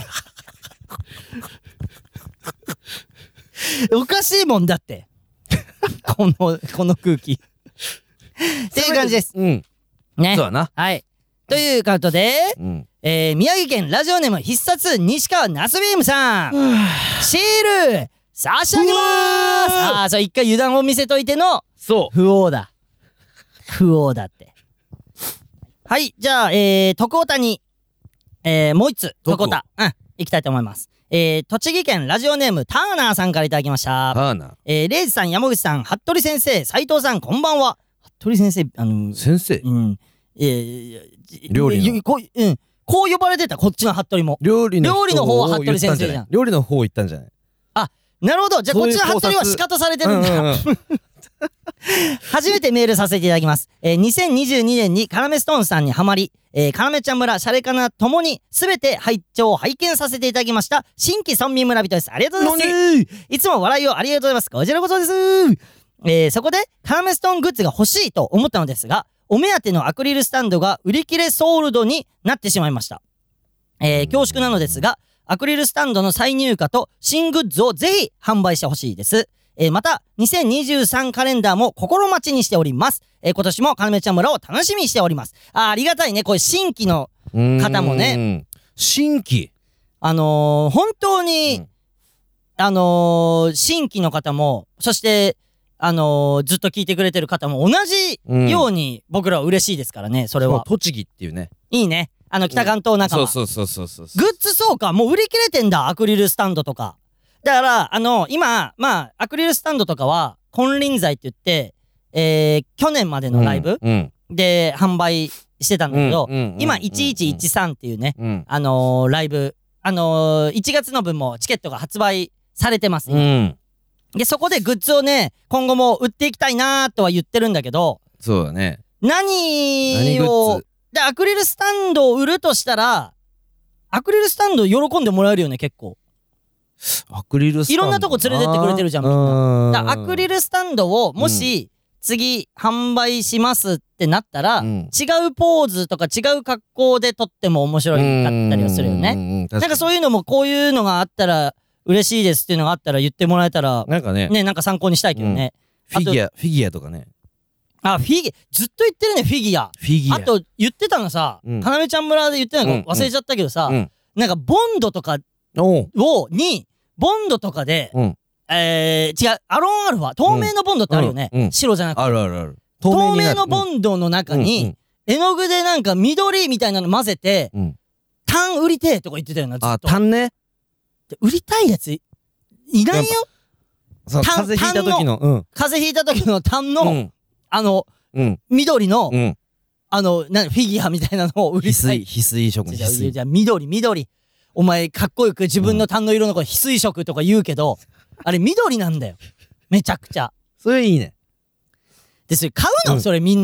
おかしいもんだってこのこの空気っていう感じです。 うんねそうだなはいということで、うんえー、宮城県ラジオネーム必殺西川ナスビームさんシール差し上げまーすああそう一回油断を見せといてのそう不王だ不王だってはいじゃあえー、徳岡にえー、もう一つ徳岡うん行きたいと思いますえー、栃木県ラジオネームターナーさんからいただきましたターナーえー、レイジさん山口さん服部先生斉藤さんこんばんは服部先生あのー、 先生うんえー、 料理のこう、うん、こう呼ばれてたこっちの服部も料理の料理の方は服部先生じゃん料理の方行ったんじゃないあなるほどじゃあこっちの服部はシカトされてるんだ、うんうんうん、初めてメールさせていただきます、えー、にせんにじゅうにねんにカナメストーンさんにハマりえー、かなめちゃん村シャレカナともにすべて拝聴拝見させていただきました新規村民村人です。ありがとうございますいつも笑いをありがとうございますこちらこそです、えー、そこでカナメストーングッズが欲しいと思ったのですがお目当てのアクリルスタンドが売り切れソールドになってしまいました、えー、恐縮なのですがアクリルスタンドの再入荷と新グッズをぜひ販売してほしいです。えー、またにせんにじゅうさんカレンダーも心待ちにしております。えー、今年もかなめちゃん村を楽しみにしております。あ, ありがたいねこういう新規の方もね新規あのー、本当に、うん、あのー、新規の方もそしてあのー、ずっと聞いてくれてる方も同じように僕らは嬉しいですからねそれは栃木っていうねいいねあの北関東仲間、 うん、そうそうそうそうそうグッズそうかもう売り切れてんだアクリルスタンドとかだからあの今まあアクリルスタンドとかは金輪際って言ってえー、去年までのライブ、うんうん、で販売してたんだけど、うんうんうん、今いちいちいちさんっていうね、うん、あのー、ライブあのー、いちがつの分もチケットが発売されてます、うん、でそこでグッズをね今後も売っていきたいなーとは言ってるんだけどそうだね何をでアクリルスタンドを売るとしたらアクリルスタンド喜んでもらえるよね結構アクリルスタンドいろんなとこ連れてってくれてるじゃんみんなだアクリルスタンドをもし、うん次販売しますってなったら、うん、違うポーズとか違う格好で撮っても面白かったりはするよね。なんかそういうのもこういうのがあったら嬉しいですっていうのがあったら言ってもらえたらなんかねねなんか参考にしたいけどね、 うん、フィギュアフィギュアとかねあフィギュアずっと言ってるねフィギュアフィギュアあと言ってたのさ、うん、かなめちゃん村で言ってたのか忘れちゃったけどさ、うん、なんかボンドとかをにボンドとかで、うんえー、違うアロンアルファ透明のボンドってあるよね、うんうん、白じゃなくてあるあるある透明, 透明のボンドの中に、うんうん、絵の具でなんか緑みたいなの混ぜて、うん、単売りてえとか言ってたよなずっとあ単ね売りたいやついないよそう風邪ひいた時の、うん、 風邪ひいた時の単の、うん、あの、うん、緑の、うん、あのなフィギュアみたいなのを売りたい翡翠翡翠色に翡翠じゃあ緑緑お前かっこよく自分の単の色のこと翡翠色とか言うけど、うん、あれ緑なんだよめちゃくちゃそれいいねでそれ買うの、うん、それみんな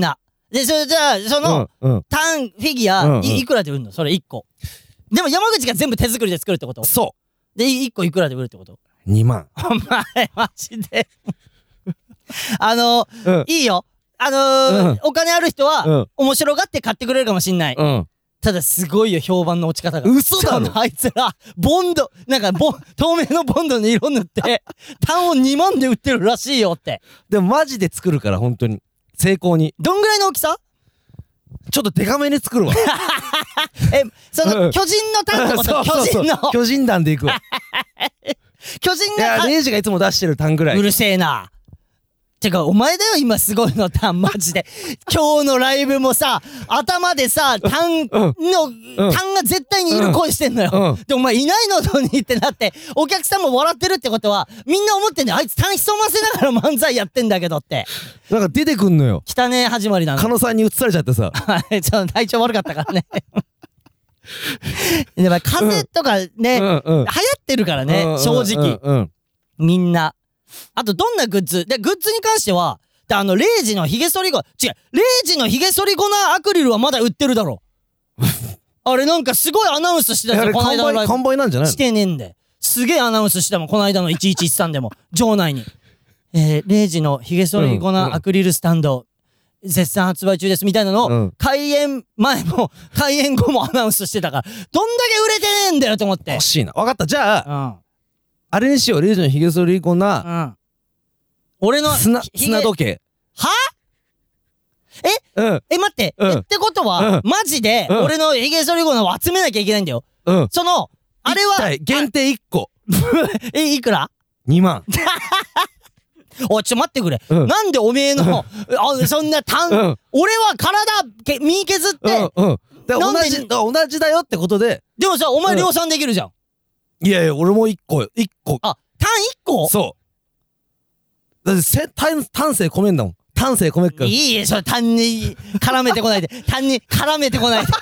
で、それじゃあ、その、 うんうん、 タンフィギュア、うんうん、い, いくらで売るのそれいっこ。でも山口が全部手作りで作るってこと？ そう。 で、いっこいくらで売るってこと？ にまん。 お前、マジで。あの、うん、いいよ。あのーうん、お金ある人は、うん、面白がって買ってくれるかもしんない。うん、ただ、すごいよ、評判の落ち方が。 嘘だろあいつら、ボンド、なんかボ、透明のボンドの色塗って、単をにまんで売ってるらしいよって。 でもマジで作るから、本当に。成功に。 どんぐらいの大きさ？ ちょっとデカめに作るわ。 え、その、うん、巨人のタンってこと？巨人の。 巨人団でいくわ。 巨人の。 いや、レイジがいつも出してるタンぐらい。 うるせえな。てか、お前だよ、今すごいの、タン、マジで。今日のライブもさ、頭でさ、タンの、うん、タンが絶対にいる声してんのよ。うん、で、お前いないのにってなって、お客さんも笑ってるってことは、みんな思ってんだよ。あいつタン潜ませながら漫才やってんだけどって。 なんか出てくんのよ。 汚ねえ始まりなの。 狩野さんに移されちゃってさ。 はい、ちょっと体調悪かったからね。でも風邪とかね、うんうん、流行ってるからね、うんうん、正直、うんうん。みんな。あと、どんなグッズで、グッズに関しては、あの、レイジのヒゲ剃り粉、違う、レイジのヒゲ剃り粉アクリルはまだ売ってるだろ。あれなんかすごいアナウンスしてたじゃん、この間のライブ。 完売なんじゃないの？ してねえんで。すげえアナウンスしてたもん、この間のいちいちいちさんでも、場内に。えー、レイジのヒゲ剃り粉アクリルスタンド、うん、絶賛発売中ですみたいなのを、うん、開演前も、開演後もアナウンスしてたから、どんだけ売れてねえんだよと思って。 欲しいな。わかった。じゃあ、うん、あれにしよう、レイジのヒゲ剃り粉な、うん、俺の砂、砂時計。 は？え、うん、え、待って、うん、えってことは、うん、マジで、うん、俺のヒゲ剃り粉を集めなきゃいけないんだよ。うん、その、あれは。 限定いっこ。 え、いくら？ に 万。 おい、ちょ、待ってくれ。うん、なんでおめえの、あ、そんなたん、うん、俺は体、身削って、 うんうん、同じ、同じだよってことで。 でもさ、お前量産できるじゃん。 いやいや、俺もいっこよ。いっこ。 あ、単いっこ？ そう。だってせ、丹精込めんだもん。丹精込めっから。 いいえ、それ単に絡めてこないで。単に絡めてこないで。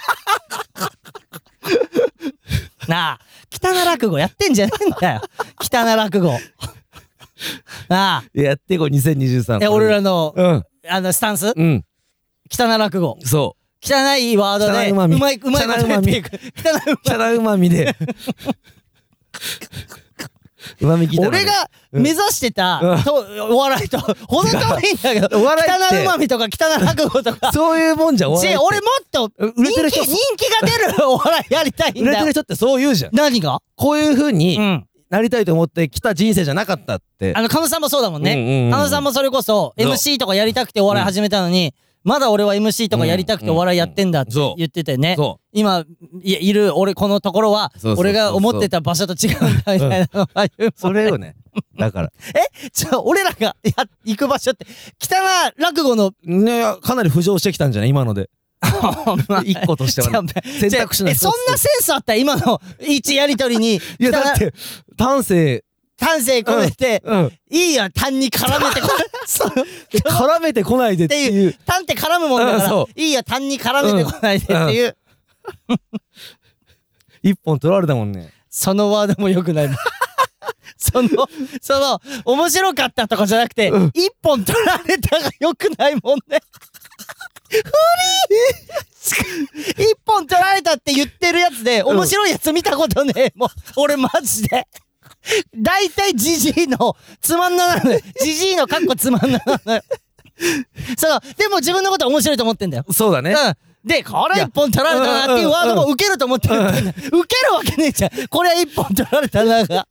なあ、汚落語やってんじゃねえんだよ。汚落語。なあ。 やってこ、にせんにじゅうさん。 え、俺らの、うん、あの、スタンス？うん。汚落語。 そう。 汚いワードで、うまい、うまいこと言っていく。 汚うまみで。うまみきた俺が目指してた、うん、とお笑いとほど遠いんだけど、汚うまみとか汚落語とかそういうもんじゃん。俺もっと人気、人気が出るお笑いやりたいんだよ。 売れてる人ってそう言うじゃん。 何が？ こういう風になりたいと思ってきた人生じゃなかったって。 あの狩野さんもそうだもんね。狩野さんもそれこそ エムシー とかやりたくてお笑い始めたのに、まだ俺は エムシー とかやりたくてお笑いやってんだって言っててね。今 い, いる俺このところは俺が思ってた場所と違うんだみたいなのが言う。 それよね。だから。 え？じゃあ俺らがや行く場所って汚落語のね、かなり浮上してきたんじゃない今ので。一個としては、ね、選択肢の一つ。 そんなセンスあった今の一やりとりに。いやだって丹精丹精込めて、うんうん、いいや、単に絡めてこない絡めてこないでっていう。 単って絡むもんだから、うん、いいや、単に絡めてこないでっていう。 うんうん、一本取られたもんね。 そのワードも良くないもん。その、その、面白かったとかじゃなくて、うん、一本取られたが良くないもんね。フリー一本取られたって言ってるやつで、面白いやつ見たことねえ。もう、俺マジで。大体ジジイのつまんななのよ。ジジイのカッコつまんななのよ。そう、でも自分のこと面白いと思ってんだよ。 そうだね。うん。 で、これ一本取られたなっていうワードも受けると思ってるんだよ。受けるわけねえじゃん。これは一本取られたなが。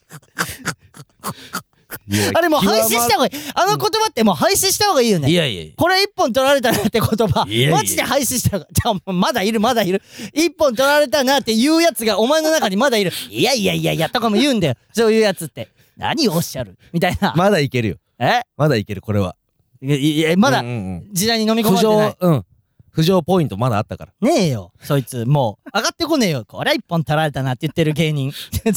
あれもう廃止した方がいい。あの言葉ってもう廃止した方がいいよね。 いやいやいや。 これ一本取られたなって言葉、いやいやマジで廃止した方が。じゃあまだいるまだいる。一本取られたなって言うやつがお前の中にまだいる。いやいやいやいやとかも言うんだよ。そういうやつって。何をおっしゃるみたいな。 まだいけるよ。 え？ まだいけるこれは。 いやいやまだ時代に飲み込まれてない。 浮上、うん。浮上ポイントまだあったから。 ねえよ。そいつもう上がってこねえよ。これは一本取られたなって言ってる芸人。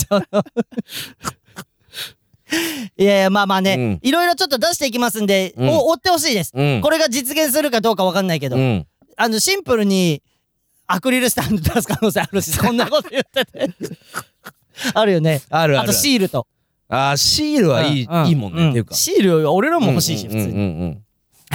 いやいやまあまあね、いろいろちょっと出していきますんで、うん、追ってほしいです、うん、これが実現するかどうかわかんないけど、うん、あのシンプルにアクリルスタンド出す可能性あるしそんなこと言っててあるよね。 あるある。 あとシールとあーシールはいい、うん、いいもんね、うん、っていうかシールは俺らも欲しいし、うん、普通に、うんうんうん、はい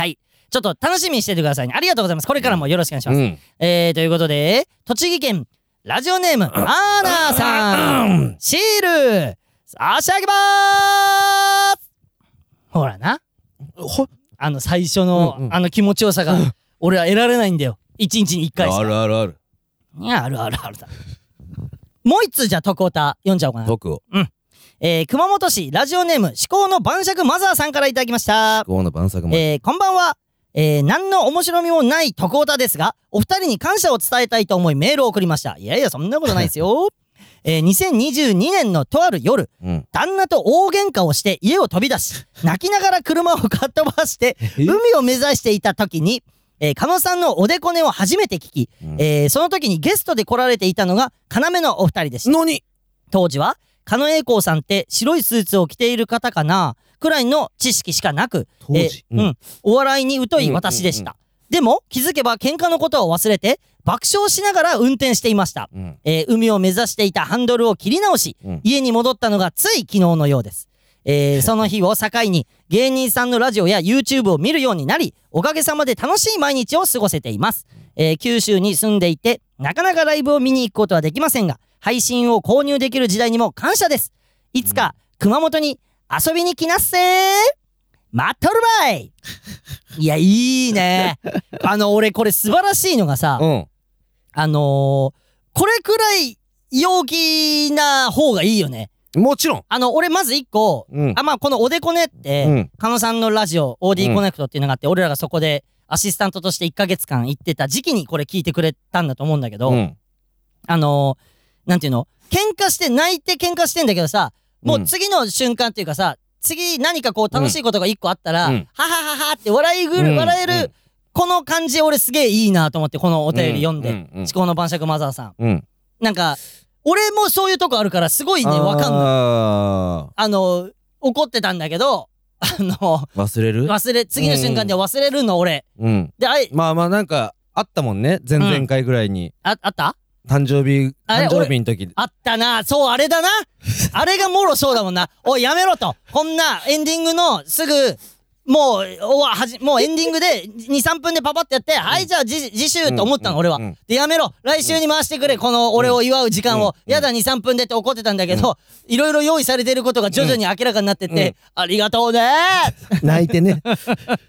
ちょっと楽しみにしててくださいね。ありがとうございます。これからもよろしくお願いします。うん、えー、ということで、栃木県ラジオネーム、アーナーさん、シール、差し上げまーす。ほらな。 ほあの最初の、うんうん、あの気持ちよさが、俺は得られないんだよ。一日に一回しか。 あるあるある。 いや、あるあるあるだ。もう一通じゃあ、徳おた読んじゃおうかな。 徳を。 うん。えー、熊本市ラジオネーム、至高の晩酌マザーさんからいただきました。 至高の晩酌マザー。 えー、こんばんは。えー、何の面白みもない徳おたですが、お二人に感謝を伝えたいと思いメールを送りました。いやいや、そんなことないですよ。えー、にせんにじゅうにねんのとある夜、うん、旦那と大喧嘩をして家を飛び出し、泣きながら車をかっ飛ばして、海を目指していた時に、えー、狩野さんのおでこねを初めて聞き、うん、えー、その時にゲストで来られていたのが要のお二人でした。 何？ 当時は狩野英孝さんって白いスーツを着ている方かなくらいの知識しかなく、 当時、 えーうん、お笑いに疎い私でした。うんうんうん、でも気づけば喧嘩のことを忘れて爆笑しながら運転していました。うん、えー、海を目指していたハンドルを切り直し、うん、家に戻ったのがつい昨日のようです。えー、その日を境に芸人さんのラジオや YouTube を見るようになり、おかげさまで楽しい毎日を過ごせています。えー、九州に住んでいてなかなかライブを見に行くことはできませんが、配信を購入できる時代にも感謝です。いつか熊本に遊びに来なっせー。待っとるばい。いや、いいね。あの俺これ素晴らしいのがさ、うん、あのー、これくらい陽気な方がいいよね。 もちろん。 あの俺まず一個、うん、あまあこのおでこねって、うん、狩野さんのラジオ オーディー コネクトっていうのがあって、うん、俺らがそこでアシスタントとしていっかげつかん行ってた時期にこれ聞いてくれたんだと思うんだけど、うん、あのー、なんていうの、喧嘩して泣いて喧嘩してんだけどさ、もう次の瞬間っていうかさ、次何かこう楽しいことが一個あったら、うん、ははははって笑いぐる、うん、笑える、うん、この感じ俺すげえいいなと思って、このお便り読んで、うんうん、至高の晩酌マザーさん、うん、なんか俺もそういうとこあるからすごいね、わかんない。あの怒ってたんだけど、あの忘れる忘れ次の瞬間で忘れるの俺、 うん、であいまあまあなんかあったもんね、前々回ぐらいに、 うん、あ, あった誕生日誕生日の時あったな。そう、あれだな。あれがもろそうだもんな。おいやめろと、こんなエンディングのすぐもうおわはじもうエンディングでにさんぷんでパパってやって、うん、はいじゃあ次次週と思ったの、うん、俺は、うん、でやめろ、来週に回してくれ、うん、この俺を祝う時間を、うん、やだにさんぷんでって怒ってたんだけど、いろいろ用意されてることが徐々に明らかになってって、うん、ありがとうねー泣いてねぐら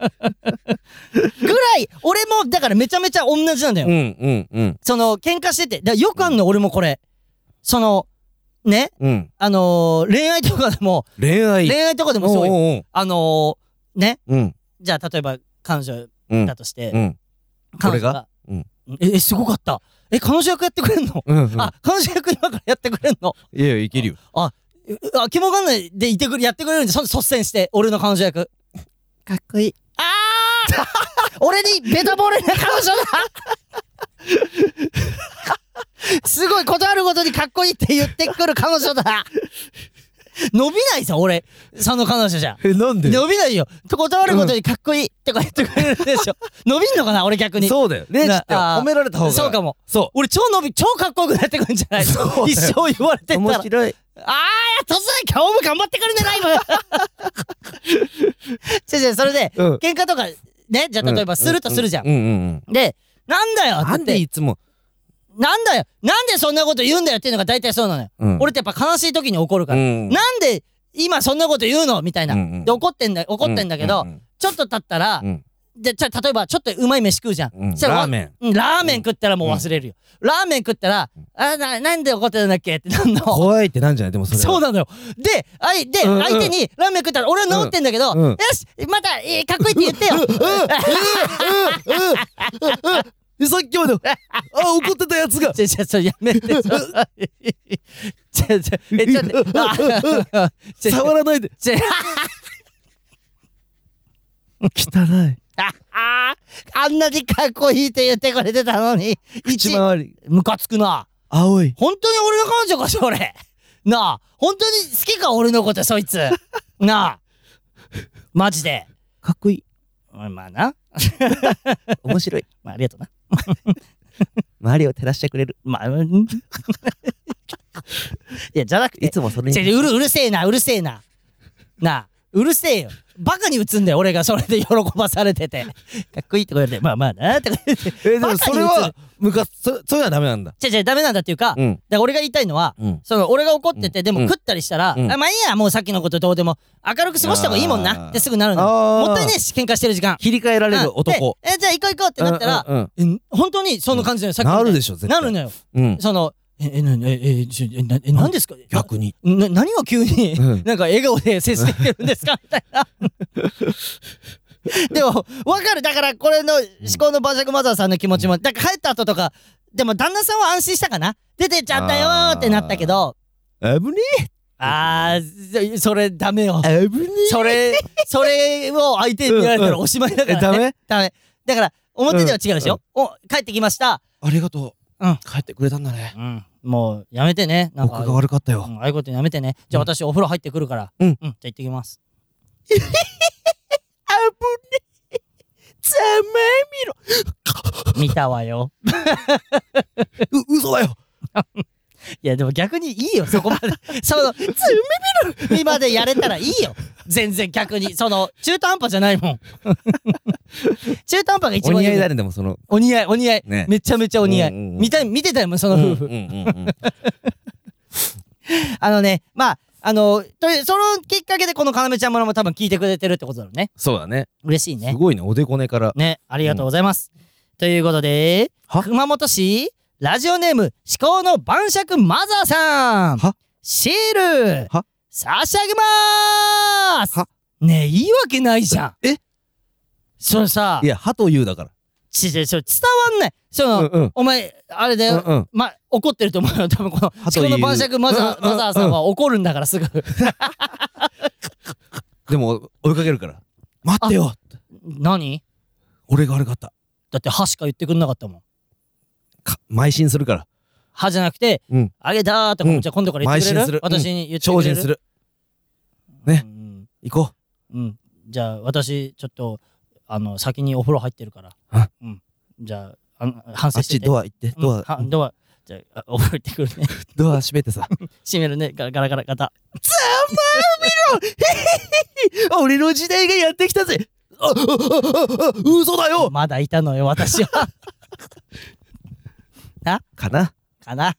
い俺もだからめちゃめちゃ同じなんだよ、うんうんうん、その喧嘩してて、だからよくあんの、俺もこれそのね、うん、あのー、恋愛とかでも恋愛恋愛とかでもそうよ。おうおう、あのーね、うん、じゃあ例えば彼女だとして、うんうん、彼女が、うん、ええすごかった、え彼女役やってくれんの、うんうん、あ彼女役今からやってくれんの、 いやいやいけるよ、 ああキモがんないでいてくれやってくれるんで、そ率先して俺の彼女役かっこいい、あー俺にベタボレな彼女だすごいことあるごとにかっこいいって言ってくる彼女だ伸びないさ俺その彼女じゃ。 えなんで伸びないよ。断ることにかっこいいとか言ってくれるでしょ、うん、伸びんのかな俺逆に。 そうだよね、って褒められた方が。 そうかも。 そう俺超伸び超かっこよくなってくるんじゃないの一生言われてたら。 面白い。 あーや突然今日も頑張ってくるねライブ違う違うそれで、うん、喧嘩とかね、じゃあ例えばするとするじゃん、うんうんうんうん、でなんだよってなんでいつもなんだよなんでそんなこと言うんだよっていうのが大体そうなのよ、うん、俺ってやっぱ悲しい時に怒るから、うん、なんで今そんなこと言うのみたいな、うんうん、で怒ってんだ怒ってんだけど、うんうんうん、ちょっと経ったら、うん、でちょ例えばちょっとうまい飯食うじゃん、うん、 ラーメン、 うん、ラーメン食ったらもう忘れるよ、うん、ラーメン食ったら、うん、あななんで怒ってるんだっけってなんの怖いってなんじゃないでもそれそうなのよ。であいで、うんうん、相手にラーメン食ったら俺は治ってんだけど、うんうん、よしまた、えー、かっこいいって言ってよさっきまであ怒ってたやつがちょちょちょやめてちょちょちょえちょっと触らないでちょ汚いああんなにかっこいいって言ってくれてたのに口周りムカつくな。 青い。 本当に俺の彼女かそれなあ本当に好きか俺のことそいつなあマジでかっこいい。 まあな面白い。 まあありがとうな周りを照らしてくれる。 まあいやじゃなくていつもそれにうるうるせえなうるせえななあうるせえよバカに映んだよ俺がそれで喜ばされててかっこいいって言われてまあまあなって言って、 えー、でもそれはむかそそれはダメなんだ。 違う違うダメなんだっていうか、うん、だから俺が言いたいのは、うん、その俺が怒ってて、うん、でも食ったりしたら、うん、あまあいいやもうさっきのことどうでも明るく過ごした方がいいもんなってすぐなるの。もったいねえし喧嘩してる時間切り替えられる男。 えじゃあ行こう行こうってなったら、うんうん、本当にその感じだよ、さっきなるでしょ絶対なるのよ、うん、そのええなえええなえなんですか逆にな何が急に、うん、なんか笑顔で接してきてるんですかみたいなでも分かる。だからこれの思考の晩酌マザーさんの気持ちもだから帰った後とかでも旦那さんは安心したかな、出てっちゃったよーってなったけど危ねえあーそれダメよ危ねえそれそれを相手に見られたらおしまいだからね、 うんうん、ダメダメだから表では違うでしょ、うんうん、お帰ってきましたありがとう、うん、帰ってくれたんだね、 うん、もうやめてねなんか僕が悪かったよ、 うん、ああいうことやめてね。じゃあ私お風呂入ってくるから、うん、うん、じゃあ行ってきますあぶねざまみろ見たわよう嘘だよいやでも逆にいいよそこまでそのつめみろまでやれたらいいよ全然逆にその中途半端じゃないもん中途半端が一番お似合いだね。でもそのお似合いお似合い、ね、めちゃめちゃお似合い、 うんうんうん、 見た見てたよもんその夫婦、うんうんうんうん、あのねまああのというそのきっかけでこのかなめちゃんものも多分聞いてくれてるってことだろうね。 そうだね嬉しいね。 すごいねおでこねからねありがとうございます、うん、ということで熊本市ラジオネーム思考の晩酌マザーさんシール差し上げまーす。ねえいいわけないじゃん。 えそのさいや歯というだからちちち伝わんないその、うんうん、お前あれだよ、うんうん、ま怒ってると思うよ多分この思考の晩酌マザー、マザーさんは怒るんだからすぐでも追いかけるから待ってよ何俺が悪かっただって歯しか言ってくんなかったもん。 邁進するから歯じゃなくて、うん、あげたーって、うん、じゃあ今度から言ってくれる、 る私に言ってくれる、 精進するね、うん、行こう。うんじゃあ私ちょっとあの先にお風呂入ってるからうんじゃああ反省しててあっちドア行ってドア、 うん、ドアじゃあお風呂行ってくるねドア閉めてさ閉めるねガラガラガラガタざまみろ俺の時代がやってきたぜああああ嘘だよまだいたのよ私はなかなかな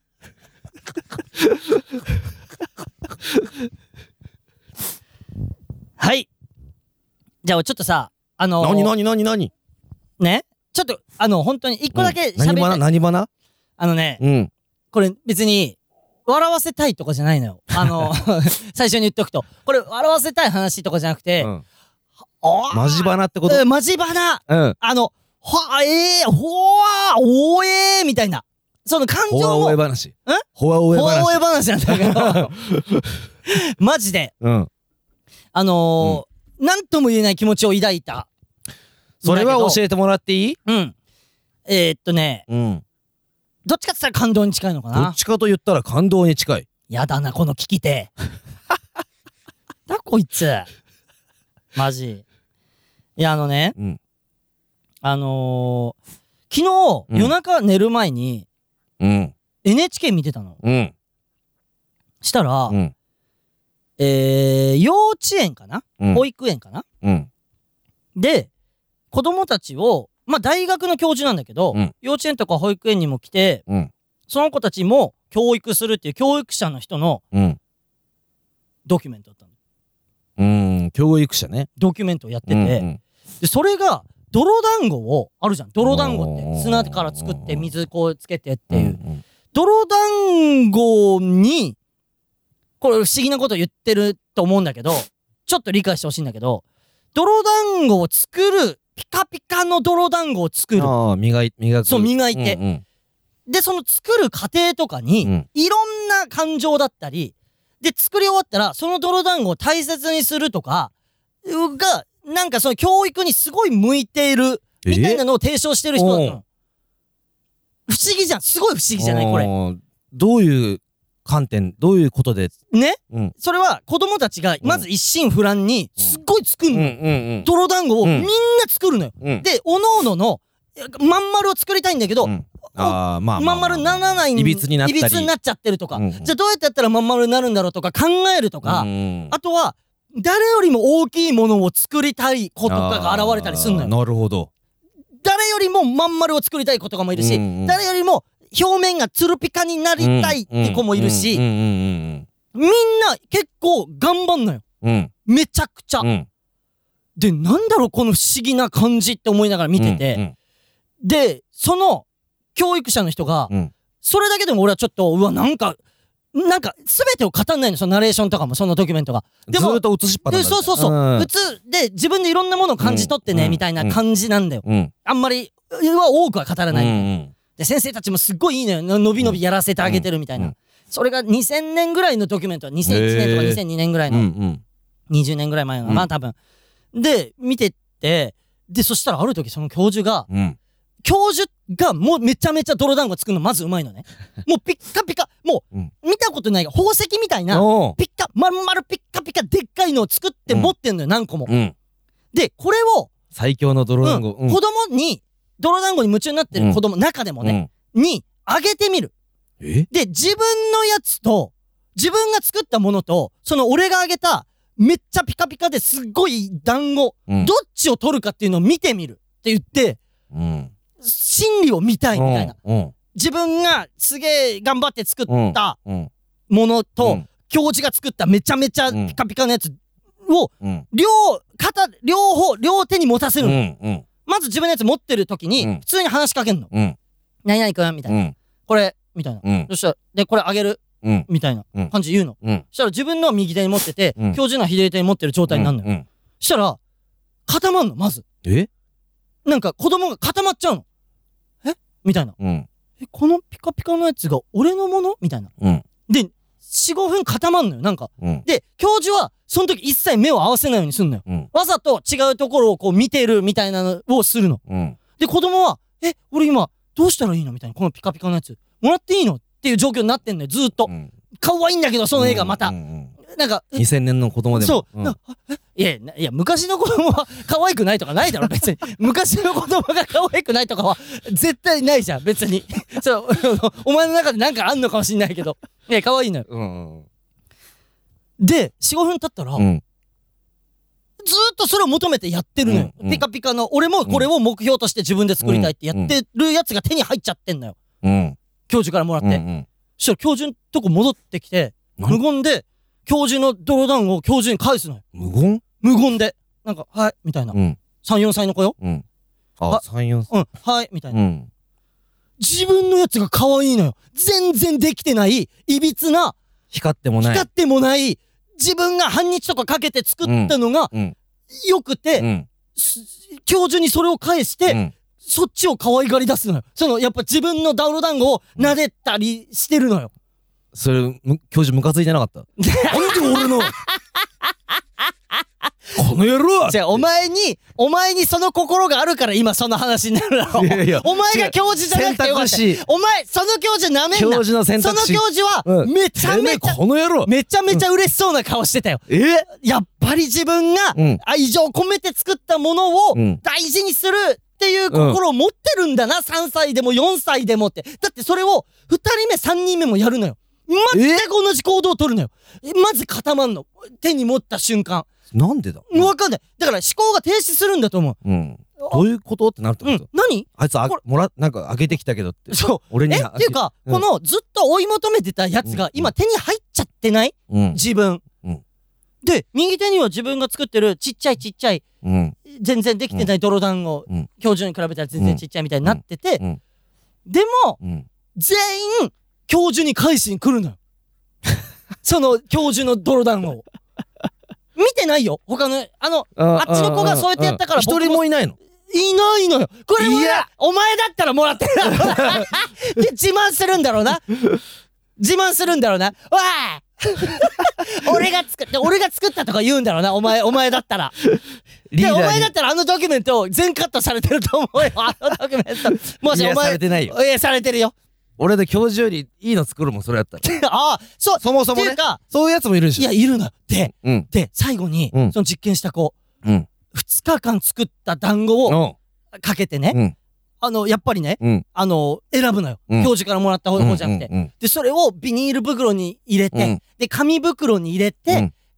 はいじゃあちょっとさあのー、 なになになになにねちょっとあの本当に一個だけ喋りたい、 うん、何話何話あのね、うん、これ別に笑わせたいとかじゃないのよあの最初に言っておくとこれ笑わせたい話とかじゃなくて、うん、 マジ花ってこと、 うん、マジ花、うん、あのはえーほわーおえーみたいなその感情もほわおえ話んほわおえ話ほわおえ話なんだけどマジで、うん、あのーうん、なんとも言えない気持ちを抱いた。 それは教えてもらっていい？ うんえー、っとね、うん、どっちかって言ったら感動に近いのかな。 どっちかと言ったら感動に近い。 やだなこの聞き手だこいつマジいやあのね、うん、あのー、昨日、うん、夜中寝る前に、うん、エヌエイチケー 見てたの、うん、したら、うん、えー、幼稚園かな、うん、保育園かな、うん、で子供たちをまあ大学の教授なんだけど、うん、幼稚園とか保育園にも来て、うん、その子たちも教育するっていう教育者の人の、うん、ドキュメントだったの。 うーん教育者ねドキュメントをやってて、うんうん、でそれが泥団子をあるじゃん泥団子って砂から作って水こうつけてっていう、うんうん、泥団子にこれ不思議なこと言ってると思うんだけどちょっと理解してほしいんだけど泥団子を作るピカピカの泥団子を作るあ磨い磨くそう磨いて、うんうん、でその作る過程とかに、うん、いろんな感情だったりで作り終わったらその泥団子を大切にするとかがなんかその教育にすごい向いているみたいなのを提唱してる人だったの。不思議じゃんすごい不思議じゃないこれ。 どういう観点どういうことでね、うん、それは子供たちがまず一心不乱にすっごい作るの、うんうんうん、泥団子をみんな作るのよ、うん、でおのおののまん丸を作りたいんだけど、うんあまあまん丸にならないいびつになったりいびつになっちゃってるとか、うん、じゃあどうやってやったらまん丸になるんだろうとか考えるとか、うん、あとは誰よりも大きいものを作りたい子とかが現れたりすんのよ。 なるほど。 誰よりもまん丸を作りたい子とかもいるし、うんうん、誰よりも表面がツルピカになりたいって子もいるし、みんな結構頑張んのよ。うん、めちゃくちゃ。うん、で、なんだろうこの不思議な感じって思いながら見てて、うんうん、で、その教育者の人が、うん、それだけでも俺はちょっと、うわ、なんか、なんか、すべてを語んないの、そのナレーションとかも、そのドキュメントが。 でも、ずーっと映しっぱなし。 そうそうそう。うん、普通で、自分でいろんなものを感じ取ってね、うん、みたいな感じなんだよ。うん、あんまり、は多くは語らない、うんうん。で、先生たちもすっごいいいのよ。のびのびやらせてあげてるみたいな。うんうん、それがにせんねんぐらいのドキュメントは、にせんいちねんとかにせんにねんぐらいの、うんうん、にじゅうねんぐらい前の、うん、まあ多分。で、見てって、で、そしたらある時その教授が、うん、教授がもうめちゃめちゃ泥団子作るのまずうまいのね。もうピッカピカ、もう見たことないが宝石みたいなピッカ、まるまるピッカピカでっかいのを作って持ってんのよ、何個も。うん、で、これを最強の泥団子、 うん、子供に、泥団子に夢中になってる子供、うん、中でもね、うん、にあげてみる。 え？ で、自分のやつと、自分が作ったものと、その俺があげためっちゃピカピカですっごい団子、うん、どっちを取るかっていうのを見てみるって言って、うん心理を見たいみたいな、うんうん、自分がすげえ頑張って作ったものと、うん、教授が作っためちゃめちゃピカピカのやつを、うん、両肩両方両手に持たせるの、うんうん、まず自分のやつ持ってる時に普通に話しかけんの、うん、何々くんみたいな、うん、これみたいな、うん、そしたらでこれあげる、うん、みたいな感じで言うの、うん、そしたら自分のは右手に持ってて、うん、教授のは左手に持ってる状態になるのよ、うんうん、そしたら固まんのまずえなんか子供が固まっちゃうのえみたいな、うん、えこのピカピカのやつが俺のものみたいな、うん、で よんごふん固まんのよなんか、うん、で教授はその時一切目を合わせないようにすんのよ、うん、わざと違うところをこう見てるみたいなのをするの、うん、で子供はえ俺今どうしたらいいのみたいなこのピカピカのやつもらっていいのっていう状況になってんのよずーっと、うん、可愛いんだけどその絵がまた、うんうんうんなんかにせんねんの子供でもそう、うん、いやいや昔の子供は可愛くないとかないだろ別に昔の子供が可愛くないとかは絶対ないじゃん別にそうお前の中でなんかあんのかもしんないけどいや可愛いのよ、うんうん、で よんごふん経ったら、うん、ずーっとそれを求めてやってるのよ、うんうん、ピカピカの俺もこれを目標として自分で作りたいってやってるやつが手に入っちゃってんのよ、うん、教授からもらって、うんうん、そしたら教授のとこ戻ってきて無言で教授の泥団子を教授に返すのよ。 無言無言で。なんか、はい、みたいな。うん、さん、よんさいの子よ。うん。 あ、さん、よんさい。 うん、はい、みたいな。うん、自分のやつが可愛いのよ。全然できてない、いびつな、 光ってもない。 光ってもない、自分が半日とかかけて作ったのが、うん、よくて、うん、教授にそれを返して、うん、そっちを可愛がり出すのよ。その、やっぱ自分の泥団子を撫でたりしてるのよ。 それ教授ムカついてなかったなんで俺のこの野郎じゃあお前にお前にその心があるから今その話になるだろういやいやお前が教授じゃなくてよかったお前その教授なめんな教授の選択肢その教授はめちゃめちゃ、 うん、この野郎めちゃめちゃ嬉しそうな顔してたよ、うん、えやっぱり自分が愛情込めて作ったものを大事にするっていう心を持ってるんだな、うん、さんさいでもよんさいでもってだってそれをふたりめさんにんめもやるのよ全く同じ行動を取るのよまず固まんの手に持った瞬間なんでだ分かんないだから思考が停止するんだと思う、うん、 どういうことってなるってこと、うん、 何あいつあもらなんかあげてきたけどってそう俺にえっていうか、うん、このずっと追い求めてたやつが今手に入っちゃってない、うん、自分、うん、で右手には自分が作ってるちっちゃいちっちゃい、うん、全然できてない泥団子、うん、教授に比べたら全然ちっちゃいみたいになってて、うんうん、でも、うん、全員教授に返しに来るのよその教授の泥団子を見てないよ他のあのあっちの子がそうやってやったから一人もいないのいないのよこれもお前だったらもらってるで自慢するんだろうな自慢するんだろうなわあ俺が作った俺が作ったとか言うんだろうなお前お前だったらでお前だったらあのドキュメント全カットされてると思うよあのドキュメントもしお前いやされてないよいやされてるよ俺で教授よりいいの作るもんそれやったらああそうそもそもねそういうやつもいるでしょいやいるので、うん、で最後に、うん、その実験した子、うん、ふつかかん作った団子をかけてね、うん、あのやっぱりね、うん、あの選ぶのよ、うん、教授からもらった方じゃなくて、うんうんうん、でそれをビニール袋に入れて、うん、で紙袋に入れて、うん、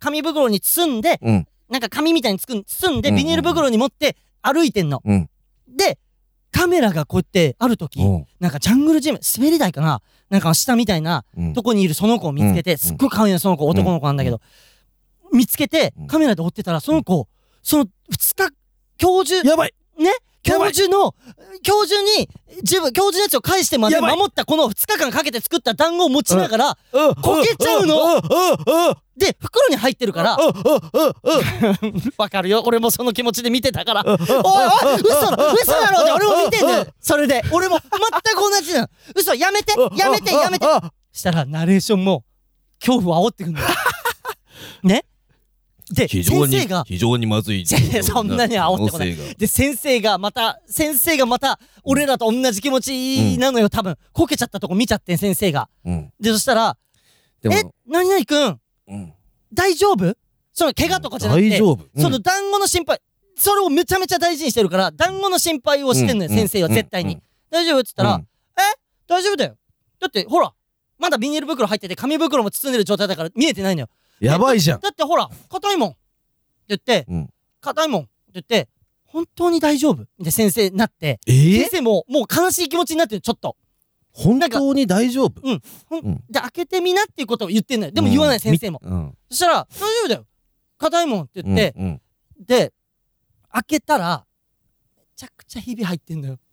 紙袋に包んで、 うん、 なんか紙みたいに包んでビニール袋に持って歩いてんの、 うん、 でカメラがこうやってある時、うん、なんかジャングルジム滑り台かな、なんか下みたいなとこにいるその子を見つけて、うん、すっごい可愛いのその子、男の子なんだけど、うん、見つけてカメラで追ってたらその子、そのふつか教授やばいね教授の教授に自分教授のやつを返してまで守ったこのふつかかんかけて作った団子を持ちながらこけちゃうので袋に入ってるからわかるよ、俺もその気持ちで見てたからおいおい嘘だ嘘だろって俺も見てんだよ。それで俺も全く同じなの。嘘やめてやめてやめてしたらナレーションも恐怖を煽ってくんだよね。で先生が非常にまずいそんなに煽ってこない。で先生がまた先生がまた俺らと同じ気持ちなのよ、多分こけちゃったとこ見ちゃってん先生が、うん、でそしたら「え何々くん、うん、大丈夫？その怪我とかじゃなくて、大丈夫、うん、その団子の心配、それをめちゃめちゃ大事にしてるから団子の心配をしてんのよ、うん、先生は絶対に、うん、大丈夫？」っつったら「うん、え大丈夫だよ、だってほらまだビニール袋入ってて紙袋も包んでる状態だから見えてないのよ。 やばいじゃん。 だってほら硬いもんって言って硬、うん、いもんって言って本当に大丈夫って先生になって、えー、先生ももう悲しい気持ちになってる。ちょっと本当に大丈夫？ うん、うん、で開けてみなっていうことを言ってんのよ。でも言わない、うん、先生も、うん、そしたら大丈夫だよ硬いもんって言って、うんうん、で開けたらめちゃくちゃひび入ってんのよ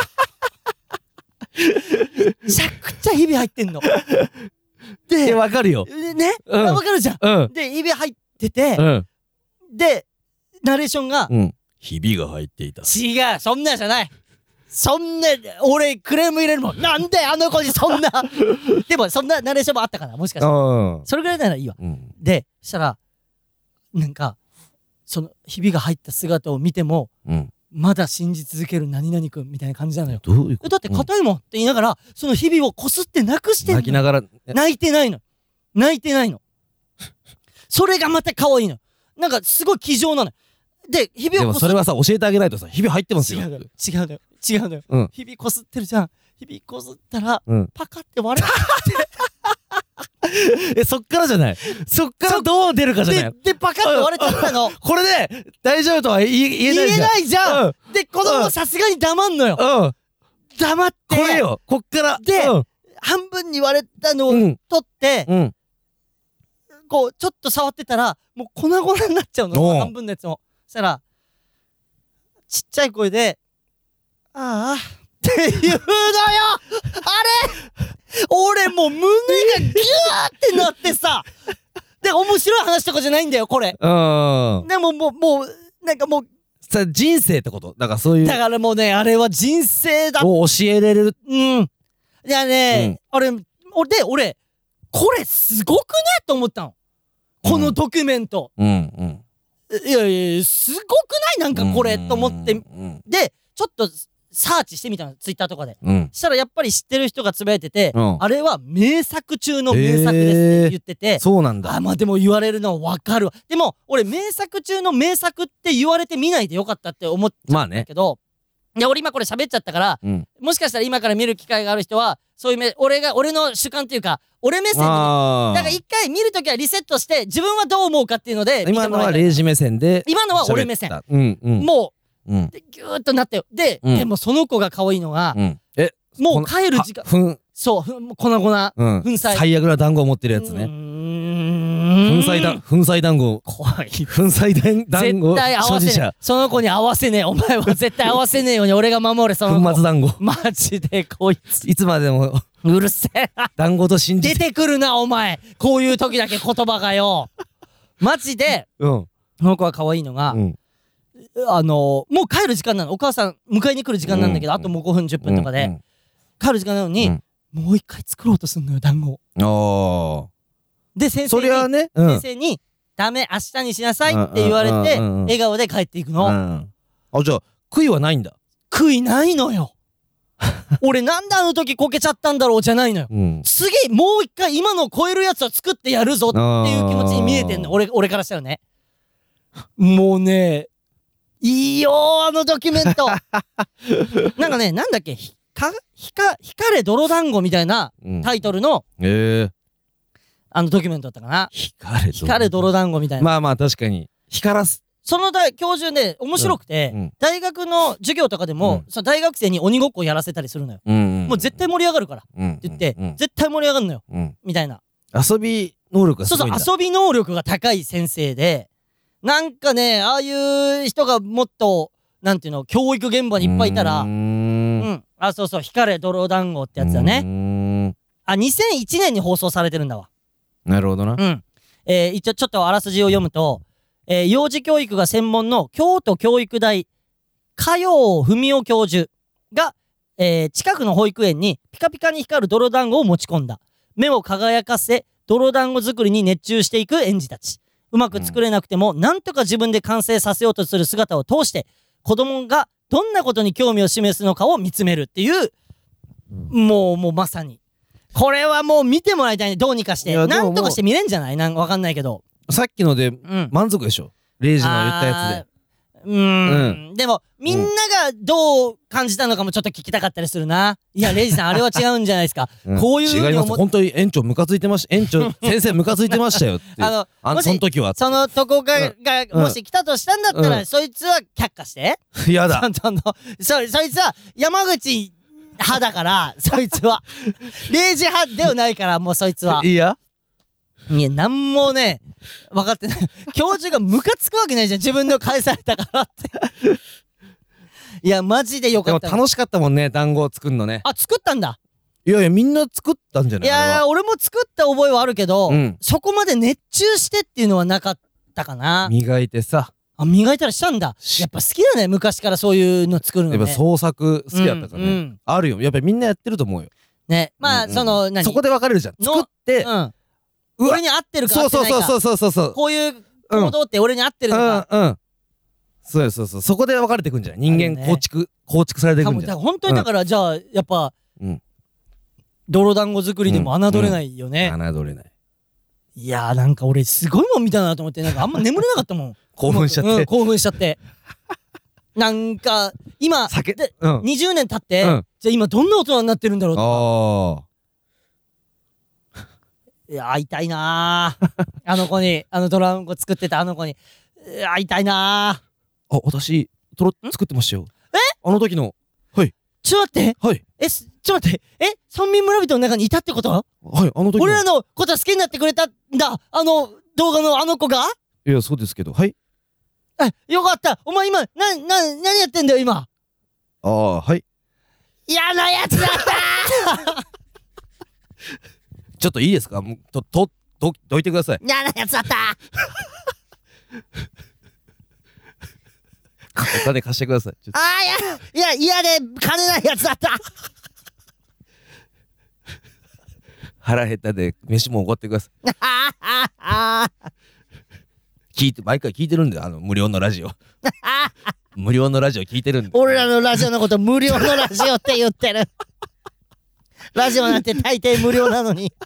めちゃくちゃひび入ってんので、 わかるよ。 ね、うん、わかるじゃん。うん、で、ひび入ってて、うん、で、ナレーションが、うん、 ひびが入っていた。 違う、そんなんじゃない。そんな、俺、クレーム入れるもん。なんであの子にそんな。でも、そんなナレーションもあったから、もしかしたら。うん、それぐらいならいいわ。うん、で、そしたら、なんか、その、ひびが入った姿を見ても、うん、まだ信じ続ける何々くんみたいな感じなのよ。 どういうこと？ だって硬いもんって言いながら、その日々をこすってなくしてんの。 泣きながら泣いてないの。泣いてないの。それがまた可愛いの。なんかすごい気丈なの。で、日々をこすって。 でもそれはさ、教えてあげないとさ、日々入ってますよ。 違うのよ。違うのよ。違うのよ。うん、日々こすってるじゃん。日々こすったら、うん、パカって割れたえ、そっからじゃない。そっからどう出るかじゃない。 で、でパカって割れちゃったの。 これで、大丈夫とは言え、言えないじゃん。 言えないじゃん。うん、で、子供さすがに黙んのよ。うん。黙って。 これよ、こっから。 で、うん、半分に割れたのを取って、うん、こう、ちょっと触ってたら、もう粉々になっちゃうの。半分のやつも。そしたら、ちっちゃい声で、ああ、って言うのよ。あれ俺もう胸がギューってなってさで面白い話とかじゃないんだよこれ。うんでももうもうなんかもうさ人生ってこと、だからそういうだからもうねあれは人生だを教えれる。 うんいやね、うん、俺俺で俺これすごくねと思ったのこのドキュメント。うんうんいやいやすごくないなんかこれと思ってでちょっとサーチしてみたのツイッターとかで、うん、したらやっぱり知ってる人がつぶやいてて、うん、あれは名作中の名作ですって言ってて、えー、 そうなんだ。 あまあでも言われるのは分かるわ。でも俺名作中の名作って言われてみないでよかったって思っちゃうんだけど、まあね、いや俺今これ喋っちゃったから、うん、もしかしたら今から見る機会がある人はそういう目俺が俺の主観っていうか俺目線でだから一回見るときはリセットして自分はどう思うかっていうので見てもらいたい。 今のはレイジ目線で今のは俺目線、うんうん、もううん、でギューッとなったよ。で、うん、でもその子が可愛いのが、うん、えもう帰る時間ふんそうふん粉々、うん、粉砕最悪な団子を持ってるやつね。うーん粉砕だ粉砕団子怖い粉砕団子絶対合わせねえその子に合わせねえお前は絶対合わせねえように俺が守れその子粉末団子マジでこいついつまでもうるせえな団子と信じて出てくるなお前こういう時だけ言葉がよマジで、うん、その子は可愛いのが、うんあのー、もう帰る時間なのお母さん迎えに来る時間なんだけど、うん、あともうごふんじゅっぷんとかで、うん、帰る時間なのに、うん、もう一回作ろうとすんのよ団子を。で先生に、そりゃねうん、先生にダメ明日にしなさいって言われて、うんうんうんうん、笑顔で帰っていくの、うん、 あじゃあ悔いはないんだ。 悔いないのよ俺なんであの時こけちゃったんだろうじゃないのよ、うん、次もう一回今のを超えるやつを作ってやるぞっていう気持ちに見えてんの 俺, 俺からしたらね。もうねいいよーあのドキュメントなんかねなんだっけひかひか光れ泥団子みたいなタイトルの、うんえー、 あのドキュメントだったかな。 光れ光れ泥団子みたいな。 まあまあ確かに光らす。 その大教授ね面白くて、うんうん、大学の授業とかでも、うん、その大学生に鬼ごっこやらせたりするのよ、うんうん、もう絶対盛り上がるから、うんうん、って言って、うんうん、絶対盛り上がるのよ、うん、みたいな遊び能力がすごいんだ。 そうそう遊び能力が高い先生で、なんかねああいう人がもっとなんていうの教育現場にいっぱいいたら、うん、うん、あそうそう光れ泥団子ってやつだね。うんあにせんいちねんに放送されてるんだわ。 なるほどな。 うん、えー、一応ちょっとあらすじを読むと、えー、幼児教育が専門の京都教育大加陽文夫教授が、えー、近くの保育園にピカピカに光る泥団子を持ち込んだ。目を輝かせ泥団子作りに熱中していく園児たち。うまく作れなくても、うん、なんとか自分で完成させようとする姿を通して子供がどんなことに興味を示すのかを見つめるっていう、うん、もうもうまさにこれはもう見てもらいたいね。どうにかしてなんとかして見れんじゃない？なんかわかんないけどさっきので満足でしょ、うん、レイジの言ったやつで。 うーん、うん、でもみんながどう感じたのかもちょっと聞きたかったりするな。いやレイジさんあれは違うんじゃないですか、うん、こういう違います。本当に園長ムカついてました園長先生ムカついてましたよってあのあのその時はそのとこが、うん、がもし来たとしたんだったら、うん、そいつは却下してやだそ, そいつは山口派だからそいつはレイジ派ではないからもうそいつはいやいやなんもね分かってない教授がムカつくわけないじゃん自分の返されたからっていやマジでよかった。 でも楽しかったもんね団子を作るのね。 あ作ったんだ。 いやいやみんな作ったんじゃない？ いや俺も作った覚えはあるけど、うん、そこまで熱中してっていうのはなかったかな。 磨いてさあ磨いたらしたんだ。やっぱ好きだね昔からそういうの作るのね。 やっぱ創作好きだったからね、うんうん、あるよやっぱりみんなやってると思うよね。まあ、うんうん、その何そこで分かれるじゃん作って、うん、 俺に合ってるか合ってないかそうそうそうそうそうこういう行動って俺に合ってるのか、 うんうん、うん、そうそうそうそこで分かれてくんじゃん人間構築、ね、構築されてくんじゃん。 本当にだから、うん、じゃあやっぱ、うん、泥団子作りでも侮れないよね、 うんうん、侮れない。 いやーなんか俺すごいもん見たなと思ってなんかあんま眠れなかったもん興奮しちゃって、うん、 興奮しちゃってなんか今酒で、うん、にじゅうねん経って、うん、じゃあ今どんな大人になってるんだろうとかいや会いたいなーあの子にあのドラム子作ってたあの子に会いたいなー。あ私トロ作ってましたよ。えあの時のはいちょっと待ってはいえちょっと待ってえ村民村人の中にいたってこと？はいあの時俺らのこと好きになってくれたんだあの動画のあの子が？ いやそうですけどはいえよかったお前今なな何やってんだよ今。 ああはい嫌なやつだったちょっといいですかもうととどどいてください。 嫌なやつだったお金貸してください。 ああいやいや嫌で金ないやつだった腹減ったで飯もおごってください聞いて毎回聞いてるんであの無料のラジオ無料のラジオ聞いてるんで俺らのラジオのこと無料のラジオって言ってるラジオなんて大抵無料なのに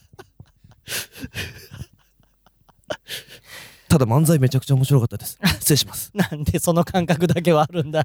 ただ漫才めちゃくちゃ面白かったです失礼しますなんでその感覚だけはあるんだ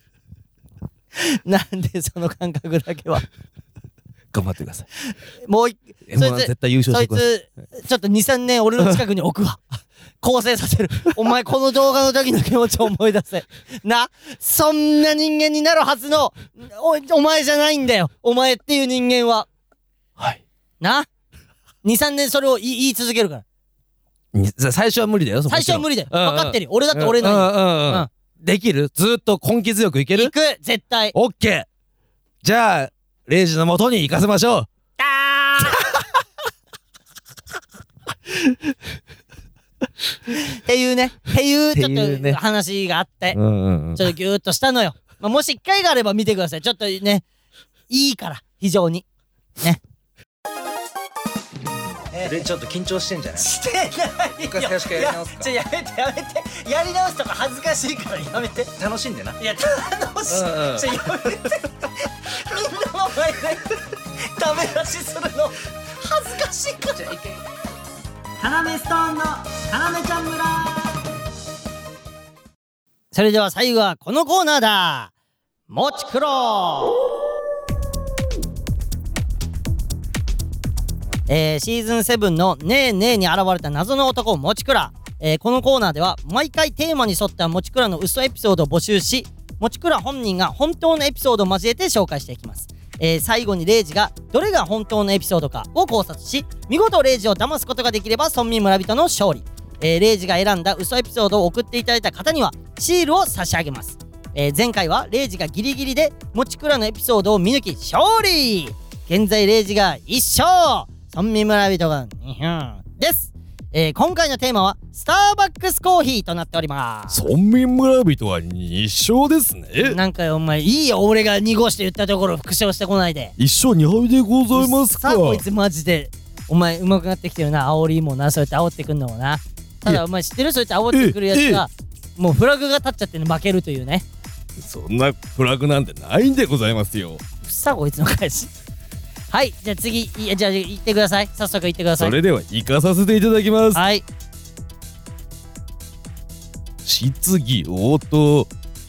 なんでその感覚だけは頑張ってください。 もうそいつ絶対優勝してください。 そいつちょっとにさんねん俺の近くに置くわ構成させるお前この動画の時の気持ちを思い出せなそんな人間になるはずの お, お前じゃないんだよお前っていう人間ははいなにさんねんそれを言い言い続けるから最初は無理だよ。 最初は無理だよ、うんうん、分かってる俺だって俺ない、うんうんうんうん、 できるずーっと根気強くいける。 いく絶対オッケーじゃあレイジの元に行かせましょう。 あっていうねっていうちょっと話があって、うんうんうん、ちょっとギューッとしたのよ、まあ、もし一回があれば見てください。ちょっとねいいから非常にねでちょっと緊張してんじゃない？ してないよ。 一回最初からやり直すか。 ちょやめてやめてやり直すとか恥ずかしいからやめて。 楽しんでな。 いや楽しい、うんうん、ちょやめてみんなの前でダメ出しするの恥ずかしいから。じゃあ一回カナメストーンのカナメちゃん村。それでは最後はこのコーナーだ。もちくろえー、シーズンセブンのねえねえに現れた謎の男もちくら、えー、このコーナーでは毎回テーマに沿ったもちくらの嘘エピソードを募集し、もちくら本人が本当のエピソードを交えて紹介していきます。えー、最後にレイジがどれが本当のエピソードかを考察し、見事レイジを騙すことができれば村民村人の勝利。えー、レイジが選んだ嘘エピソードを送っていただいた方にはシールを差し上げます。えー、前回はレイジがギリギリでもちくらのエピソードを見抜き勝利。現在レイジがいっ勝、村民村人がに勝です。えー、今回のテーマはスターバックスコーヒーとなっております。 村民村人はに勝ですね。 なんかお前いいよ、俺がに号して言ったところ復唱してこないで。 いっ勝に敗でございますか。 さあこいつマジでお前上手くなってきてるな。煽りもな、そうやって煽ってくんのもな。ただお前知ってる、そうやって煽ってくるやつがもうフラグが立っちゃってね、負けるというね。 そんなフラグなんてないんでございますよ。 さあこいつの返し。はい、じゃあ次、いじゃあ言ってください。早速言ってください。 それでは行かさせていただきます。 はい。 質疑応答。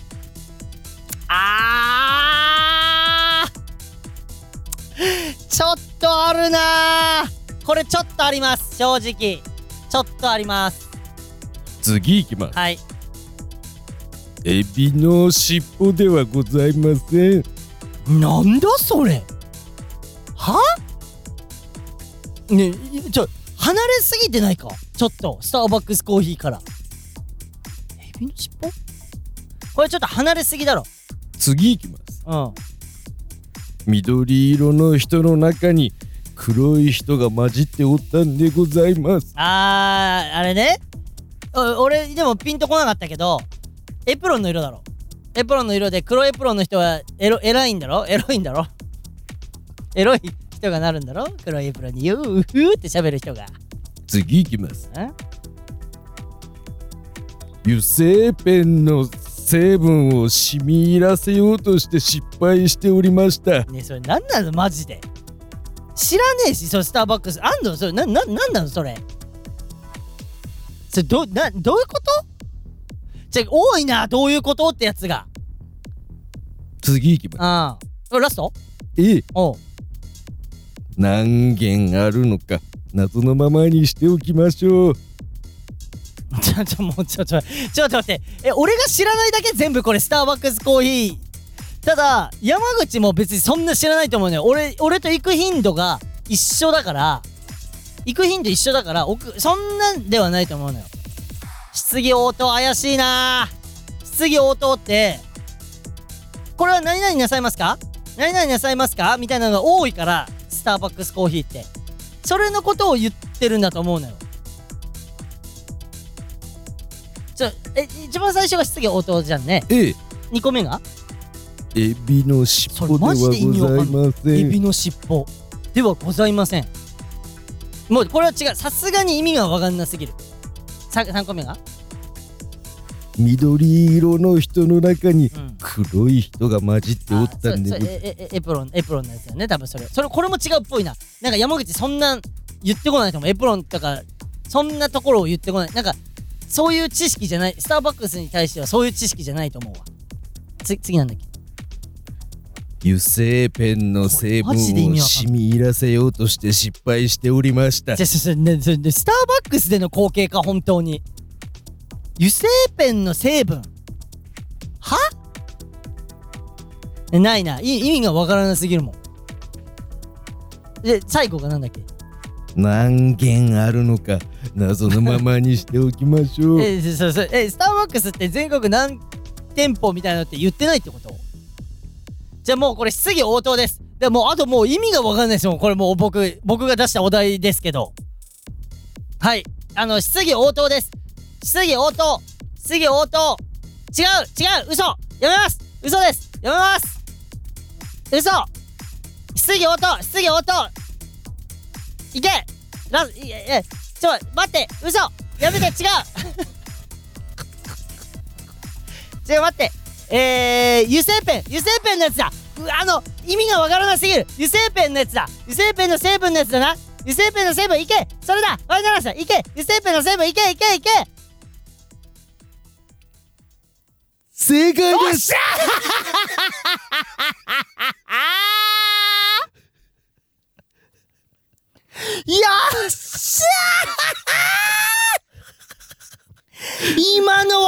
あーちょっとあるなー。これちょっとあります、正直ちょっとあります。 次行きます。 はい。 エビの尻尾ではございません。 なんだそれ。はねえ、ちょ離れすぎてないか、ちょっとスターバックスコーヒーから。エビの尻尾、これちょっと離れすぎだろ。 次行きます。 うん。 緑色の人の中に黒い人が混じっておったんでございます。 あー、あれね。俺でもピンとこなかったけど、エプロンの色だろ。エプロンの色で黒エプロンの人はエロ、偉いんだろ、エロいんだろ。エロい人がなるんだろ、黒いエプロンにユーフーって喋る人が。 次行きます。油性ペンの成分を染み入らせようとして失敗しておりました。 ねえ、それなんなのマジで。知らねえし、それスターバックスあんの、それな、な、なんなのそれ。それど、な、どういうこと。じゃ、多いな、どういうことってやつが。 次行きます。 ああ、ラスト。 ええ。 おう。 何件あるのか謎のままにしておきましょう。 ちょちょもうちょちょちょっと待って、え、俺が知らないだけ全部これスターバックスコーヒー。ただ山口も別にそんな知らないと思うのよ。俺俺と行く頻度が一緒だから、行く頻度一緒だから奥そんなんではないと思うのよ。質疑応答怪しいな。質疑応答ってこれは何々なさいますか、何々なさいますかみたいなのが多いから、スターバックスコーヒーってそれのことを言ってるんだと思うのよ。ちょえ一番最初が質疑応答じゃんね。 ええ。 にこめがエビの尻尾ではございません。 エビの尻尾ではございません。もうこれは違う、さすがに意味が分かんなすぎる。さんこめが緑色の人の中に黒い人が混じっておったんで、 うん、ええエプロンエプロンのやつだよね多分。それそれこれも違うっぽいな。なんか山口そんな言ってこないと思う。エプロンとかそんなところを言ってこない。なんかそういう知識じゃない。スターバックスに対してはそういう知識じゃないと思うわ。つ次なんだっけ。 油性ペンの成分を染み入らせようとして失敗しておりました。 じゃじゃね、スターバックスでの光景か本当に。油性ペンの成分はないな。意味がわからなすぎるもん。で最後がなんだっけ。 何件あるのか謎のままにしておきましょう。 えそうそうえスターバックスって全国何店舗みたいなのって言ってないってこと。じゃあもうこれ質疑応答です。でもうあともう意味がわかんないですよ。これもう僕僕が出したお題ですけど、はい、あの質疑応答です。質疑応答質疑応答違う違う嘘やめます。嘘ですやめます。嘘質疑応答質疑応答いけラスいえちょ待って嘘やめて違う違う待ってえー、油性ペン油性ペンのやつだ。あの意味がわからなすぎる。油性ペンのやつだ。油性ペンの成分のやつだな。油性ペンの成分いけそれだ。わかりました。いけ油性ペンの成分いけいけいけ正解です。 油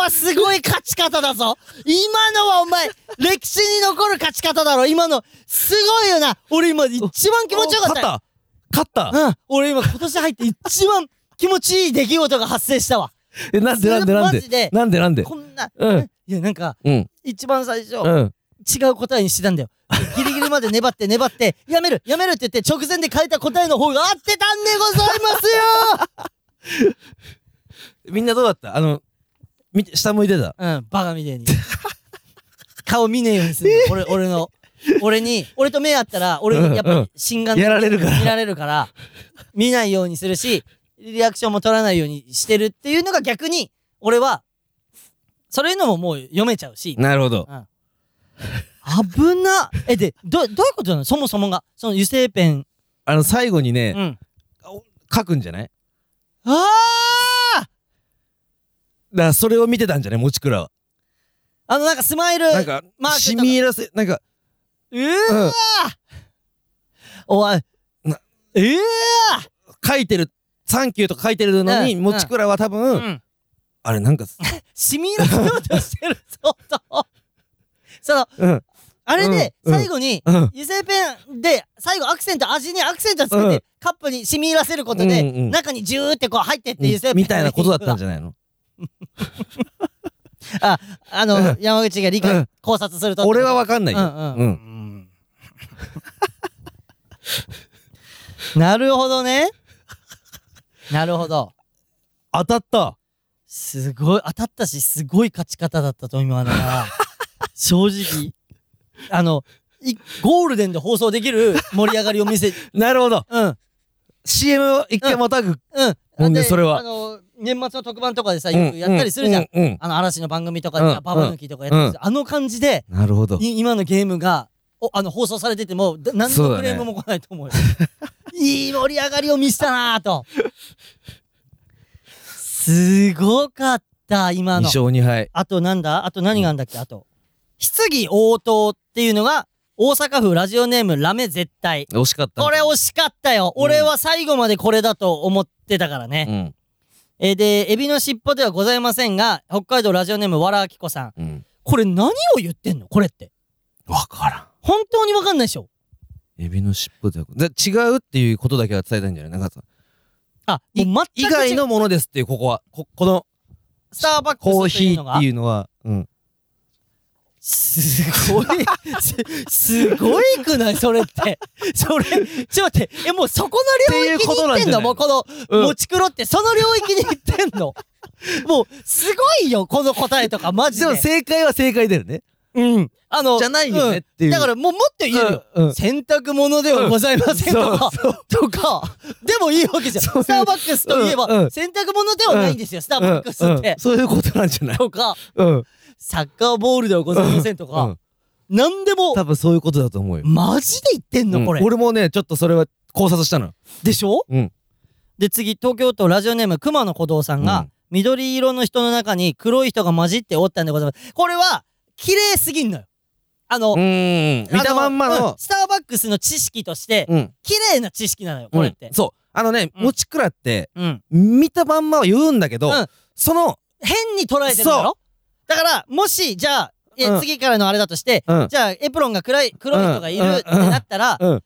はすごい勝ち方だぞ。今のはお前歴史に残る勝ち方だろ。今のすごいよな。俺今一番気持ちよかった。 勝った勝った。 うん。俺今今年入って一番気持ちいい出来事が発生したわ。 え、なんでなんでなんでマジでなんでなんでこんな、 うん、 いやなんか、 うん、 一番最初、 うん、 違う答えにしてたんだよ。ギリギリまで粘って粘ってやめるやめるって言って直前で変えた答えの方が合ってたんでございますよ。 みんなどうだった？あのみ下向いてた。 うん、バカみてえに顔見ねえようにするの。俺俺の俺に俺と目合ったら俺やっぱり心眼やられるから見られるから見ないようにするしリアクションも取らないようにしてるっていうのが逆に俺はそういうのももう読めちゃうし。 なるほど。 うん危なえでどどういうことなのそもそもがその油性ペンあの最後にね、 うん、 書くんじゃない？ ああだからそれを見てたんじゃないもちくらは。 あのなんかスマイルなんかしみ入らせなんかうーわ、うん、おいなえー、 書いてるサンキューとか書いてるのに、うん、もちくらは多分、うん、あれなんかしみ入らせようとしてるぞとその、うんあれで最後に油性ペンで最後アクセント味にアクセントつけてカップに染み入らせることで中にジューってこう入ってって油性ペンみたいなことだったんじゃないの？ ああの山口が理解考察すると俺は分かんないよ。うんなるほどね。なるほど。 当たった。 すごい当たったしすごい勝ち方だったと今だから正直あのゴールデンで放送できる盛り上がりを見せなるほど。 うんシーエム を一回またぐうんほんでそれはあの年末の特番とかでさよくやったりするじゃんあの嵐の番組とかでさババ抜きとかやったりするあの感じでなるほど今のゲームがおあの放送されてても何のクレームも来ないと思うよいい盛り上がりを見せたなぁとすごかった今のに勝に敗。 あとなんだあと何があんだっけあと質疑応答っていうのが大阪府ラジオネームラメ絶対。 惜しかった。 これ惜しかったよ、うん、俺は最後までこれだと思ってたからね、うんえー、でエビの尻尾ではございませんが北海道ラジオネームわらあきこさん、うん、これ何を言ってんのこれってわからん本当にわかんないでしょ。 エビの尻尾では違うっていうことだけは伝えたいんじゃないなんかさあもう全く以外のものですっていうここは こ, このスターバックスコーヒーっていうのはうんすごいす, すごいくないそれってそれちょっと待ってえもうそこの領域に行ってんのもうこの、うん、もちくろってその領域に行ってんのもうすごいよこの答えとかマジで。 でも正解は正解だよね。 うんあのじゃないよねっていう、 うん、だからもうもっと言えるよ、うんうん、洗濯物ではございませんとか、うん、とかでもいいわけじゃん。スターバックスといえば、うんうん、洗濯物ではないんですよ、うん、スターバックスって、うんうん、 そういうことなんじゃないとか、 うん、 サッカーボールではございませんとか、うん、なんでも多分そういうことだと思うよ。 マジで言ってんの、うん、これ。 俺もねちょっとそれは考察したのでしょ、 うん、 で次東京都ラジオネーム熊野古道さんが、うん、緑色の人の中に黒い人が混じっておったんでございます。これは綺麗すぎんのよ。あのうーん見たまんまの、 うん、スターバックスの知識として、うん、綺麗な知識なのよこれって、 うん、そうあのね、うん、もちくらって、 うん、 見たまんまは言うんだけど、うん、その変に捉えてるだろ。だからもしじゃあ、うん、次からのあれだとして、うん、じゃあエプロンが暗い黒い人がいるってなったら、うんうん、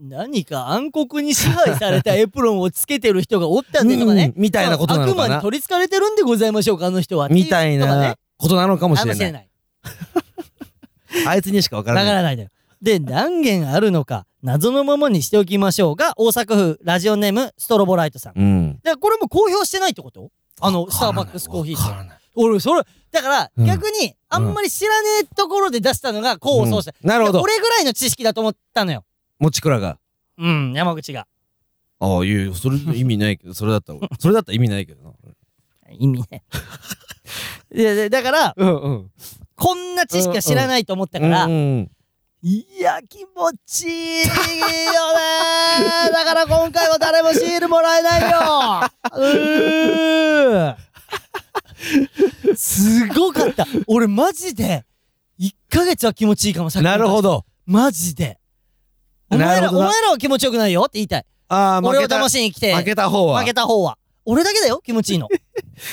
何か暗黒に支配されたエプロンをつけてる人がおったんでとかね、 うん、みたいなことなのかな。 悪魔に取りつかれてるんでございましょうかあの人はみたいなことなのかもしれない。あいつにしかわからない。 わからないんだよ。で何件あるのか謎のままにしておきましょうが大阪府ラジオネームストロボライトさん、うん、でこれも公表してないってことあのスターバックスコーヒーって俺それだから、うん、逆にあんまり知らねえところで出したのが功を奏した、 うん、なるほど。 俺ぐらいの知識だと思ったのよもちくらがうん山口がああいやそれ意味ないけどそれだったらそれだったら意味ないけどな意味ねいやだから、 うんうんこんな知識は知らないと思ったから、うんうん、いや気持ちいいよねだから今回は誰もシールもらえないようーすごかった俺マジでいっかげつは気持ちいいかも。 なるほどマジでお前らお前らは気持ちよくないよって言いたい。 あー俺を騙しに来て負けた方は負けた方は俺だけだよ気持ちいいの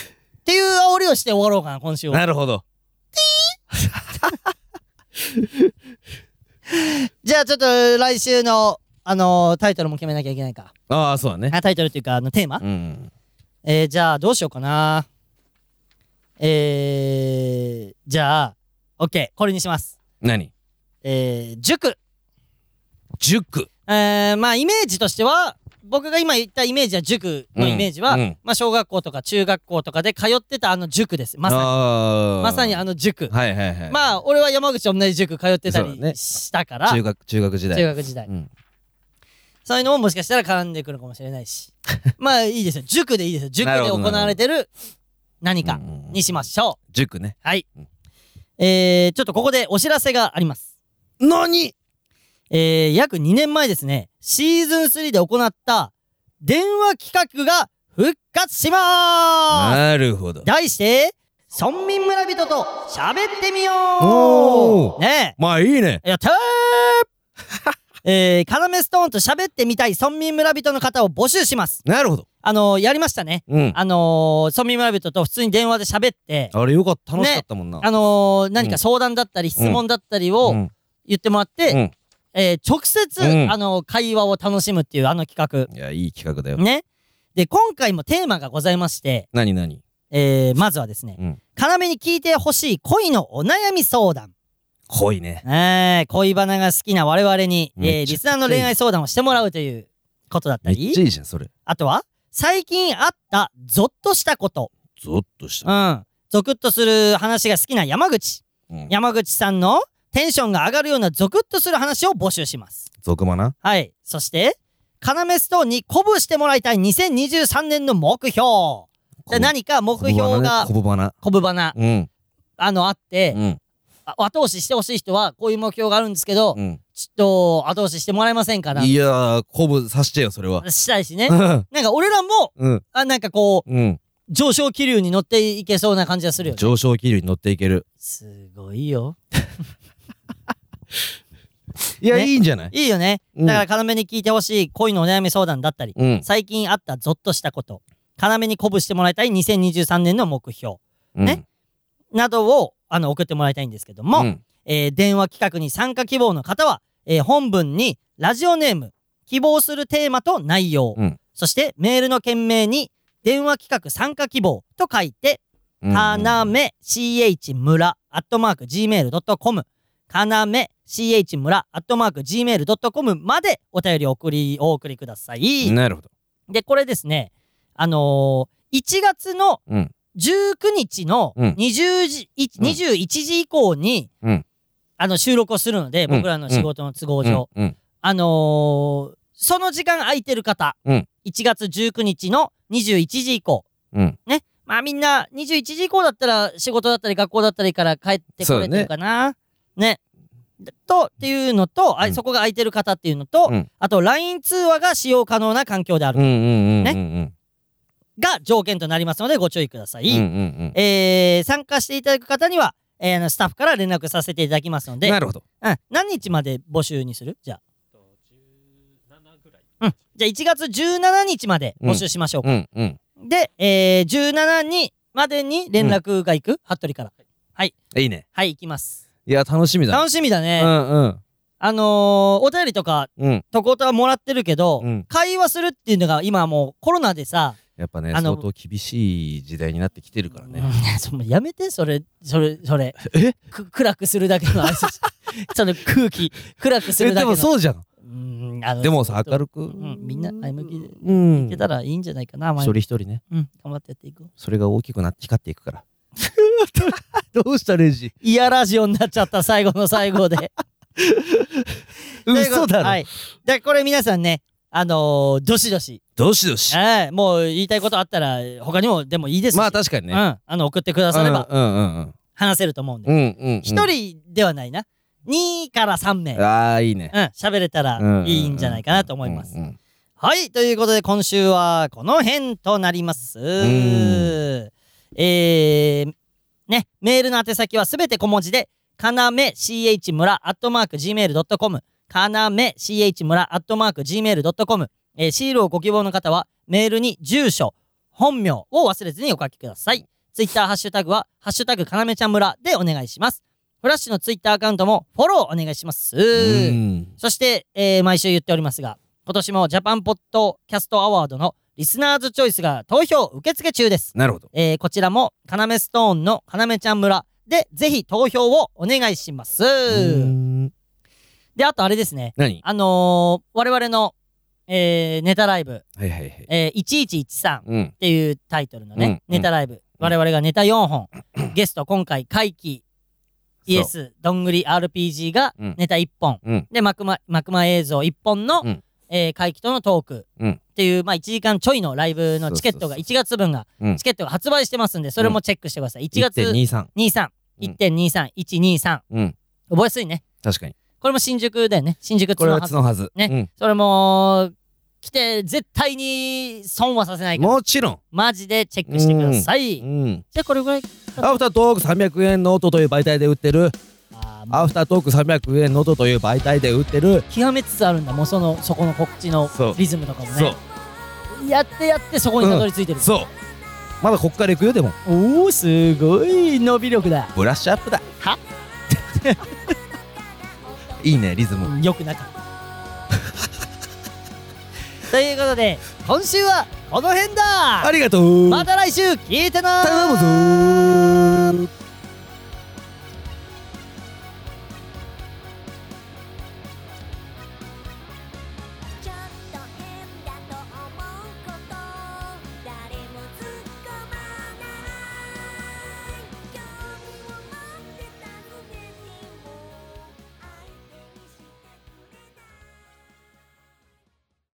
っていう煽りをして終わろうかな、今週は。 なるほど。 じゃあちょっと来週の、あのー、タイトルも決めなきゃいけないか。 ああ、そうだね。 タイトルっていうか、あの、テーマ、 うん。 えー、じゃあどうしようかな。えー、じゃあ、オッケー、これにします。 何？ えー、塾。 塾。 えー、まあイメージとしては、僕が今言ったイメージは塾のイメージは、 うんうん、 まあ小学校とか中学校とかで通ってたあの塾です。まさに。まさにあの塾。 はいはいはい。 まあ俺は山口同じ塾通ってたりしたから。 ね、中学、中学時代。 中学時代。うん、そういうのももしかしたら絡んでくるかもしれないし。まあいいですよ。塾でいいですよ。塾で行われてる何かにしましょう。 塾ね。 はい。うん、えー、ちょっとここでお知らせがあります。 何？ えー、約にねんまえですね、シーズンスリーで行った電話企画が復活しまーす。 なるほど。 題して、村民村人と喋ってみよう。 おー。 ねえ。 まあいいね。 やったーえー、カナメストーンと喋ってみたい村民村人の方を募集します。 なるほど。 あのー、やりましたね。 うん。 あのー、村民村人と普通に電話で喋って。 あれよかった。楽しかったもんな。 ね、あのー、何か相談だったり質問だったりを言ってもらって、うんうん、えー、直接、うん、あの会話を楽しむっていうあの企画。 いや、いい企画だよ。 ね。で、今回もテーマがございまして。 何何？ えー、まずはですね、うん、要に聞いてほしい恋のお悩み相談。 恋ね。 えー、恋バナが好きな我々に、えー、リスナーの恋愛相談をしてもらうということだったり。 めっちゃいいじゃん、それ。 あとは、最近あったゾッとしたこと。 ゾッとした。 うん。ゾクッとする話が好きな山口。うん、山口さんのテンションが上がるようなゾクッとする話を募集します。 ゾクマな。 はい。そして、カナメストーンに鼓舞してもらいたいにせんにじゅうさんねんの目標。で何か目標が、 鼓舞花。 鼓舞花。 うん。 あの、あって、うん、後押ししてほしい人は、こういう目標があるんですけど、うん、ちょっと後押ししてもらえませんかな。 いやー、鼓舞させてよ、それは。 したいしね。なんか俺らも、うん、あなんかこう、うん、上昇気流に乗っていけそうな感じがするよね。 上昇気流に乗っていける。 すごいよ。 いや、ね、いいんじゃない？ いいよね。だから、要に聞いてほしい恋のお悩み相談だったり、うん、最近あったゾッとしたこと、要に鼓舞してもらいたいにせんにじゅうさんねんの目標、うん、ね、などをあの送ってもらいたいんですけども、うん、えー、電話企画に参加希望の方は、えー、本文にラジオネーム、希望するテーマと内容、うん、そしてメールの件名に電話企画参加希望と書いて、かなめ シーエイチ 村アットマーク ジーメールドットコム かなめ シーエイチ 村アットマーク ジーメールドットコム までお便りを送りお送りください。 なるほど。 でこれですね、あのー、いちがつのじゅうくにちのにじゅうじ、うん、にじゅういちじ以降に、うん、あの収録をするので、僕らの仕事の都合上、うんうん、あのー、その時間空いてる方、うん、いちがつじゅうくにちのにじゅういちじ以降、うん、ね、まあみんなにじゅういちじ以降だったら仕事だったり学校だったりから帰ってこれてるかな、ね、ねとっていうのと、あ、うん、そこが空いてる方っていうのと、うん、あと ライン 通話が使用可能な環境であるねが条件となりますのでご注意ください。うんうんうん、えー、参加していただく方には、えー、スタッフから連絡させていただきますので。 なるほど。 うん、何日まで募集にする？じゃあうん、じゃあいちがつじゅうしちにちまで募集しましょうか。うんうんうん、で、えー、じゅうしちにちまでに連絡が行く、うん、服部から。はい。 いいね。 はい、行きます。 いや、楽しみだ。 楽しみだね。 うんうん。 あのー、お便りとか、うん、とことはもらってるけど、うん、会話するっていうのが今もうコロナでさ、 やっぱね、相当厳しい時代になってきてるからね。 うん、やめて、それ、それ、それ。えく暗くするだけの挨拶。その空気、暗くするだけの。 でもそうじゃん。 うんでもさ、明るく、うん、 みんな前向きでいけたらいいんじゃないかな。 一人一人ね、 うん、頑張ってやっていこう。 それが大きくなって光っていくから。どうしたレイジ？ いやラジオになっちゃった最後の最後で。 嘘だろ。 はい。でこれ皆さんね、あのー、どしどし。 どしどし。 ええ、もう言いたいことあったら他にもでもいいですし。 まあ確かにね。 うん、あの送ってくだされば、 うんうんうん、 話せると思うんで。 うんうんうん、 ひとりではないな。にからさんめい。 ああ、いいね。 うん、喋れたらいいんじゃないかなと思います。はい、ということで今週はこの辺となります。えー、ね、メールの宛先はすべて小文字で、かなめ シーエイチ 村アットマーク ジーメールドットコム、かなめ シーエイチ 村アットマーク ジーメールドットコム、えー、シールをご希望の方はメールに住所、本名を忘れずにお書きください。 ツイッターハッシュタグはハッシュタグかなめちゃん村でお願いします。フラッシュのツイッターアカウントもフォローお願いします。そして、えー、毎週言っておりますが、今年もジャパンポッドキャストアワードのリスナーズチョイスが投票受付中です。 なるほど。 えー、こちらもかなめストーンのかなめちゃん村でぜひ投票をお願いします。で、あとあれですね。 何？ あのー、我々の、えー、ネタライブ、 はいはいはい、 えー、いちいちいちさんっていうタイトルのね、 うん、 ネタライブ、うん、我々がネタよんほん、ゲスト今回怪奇イエスどんぐり アールピージー がネタいっぽん、うん、でマクママクマ映像いっぽんの、うん、えー、怪奇とのトークっていう、まあいちじかんちょいのライブのチケットがいちがつぶんが、うん、チケットが発売してますんで、それもチェックしてください。いちがつ いってんにさん いってんにさん いちにさん、うん、覚えやすいね。 確かに。 これも新宿だよね。新宿これはつのはず。 ね、うん、それも来て絶対に損はさせないから。 もちろん。 マジでチェックしてください。うんうん、じゃあこれぐらい。 アフタートークさんびゃくえんノートという媒体で売ってる。アフタートークさんびゃくえんノートという媒体で売ってる。 極めつつあるんだ。もうそのそこの告知のリズムとかもね。そう。やってやってそこにたどり着いてる。 うん、そう。まだこっから行くよでも。 おお、すごい伸び力だ。 ブラッシュアップだ。 は。 いいねリズム。 よくなかった。ということで今週はこの辺だ。 ありがとう。 また来週聞いてなー。 頼むぞー。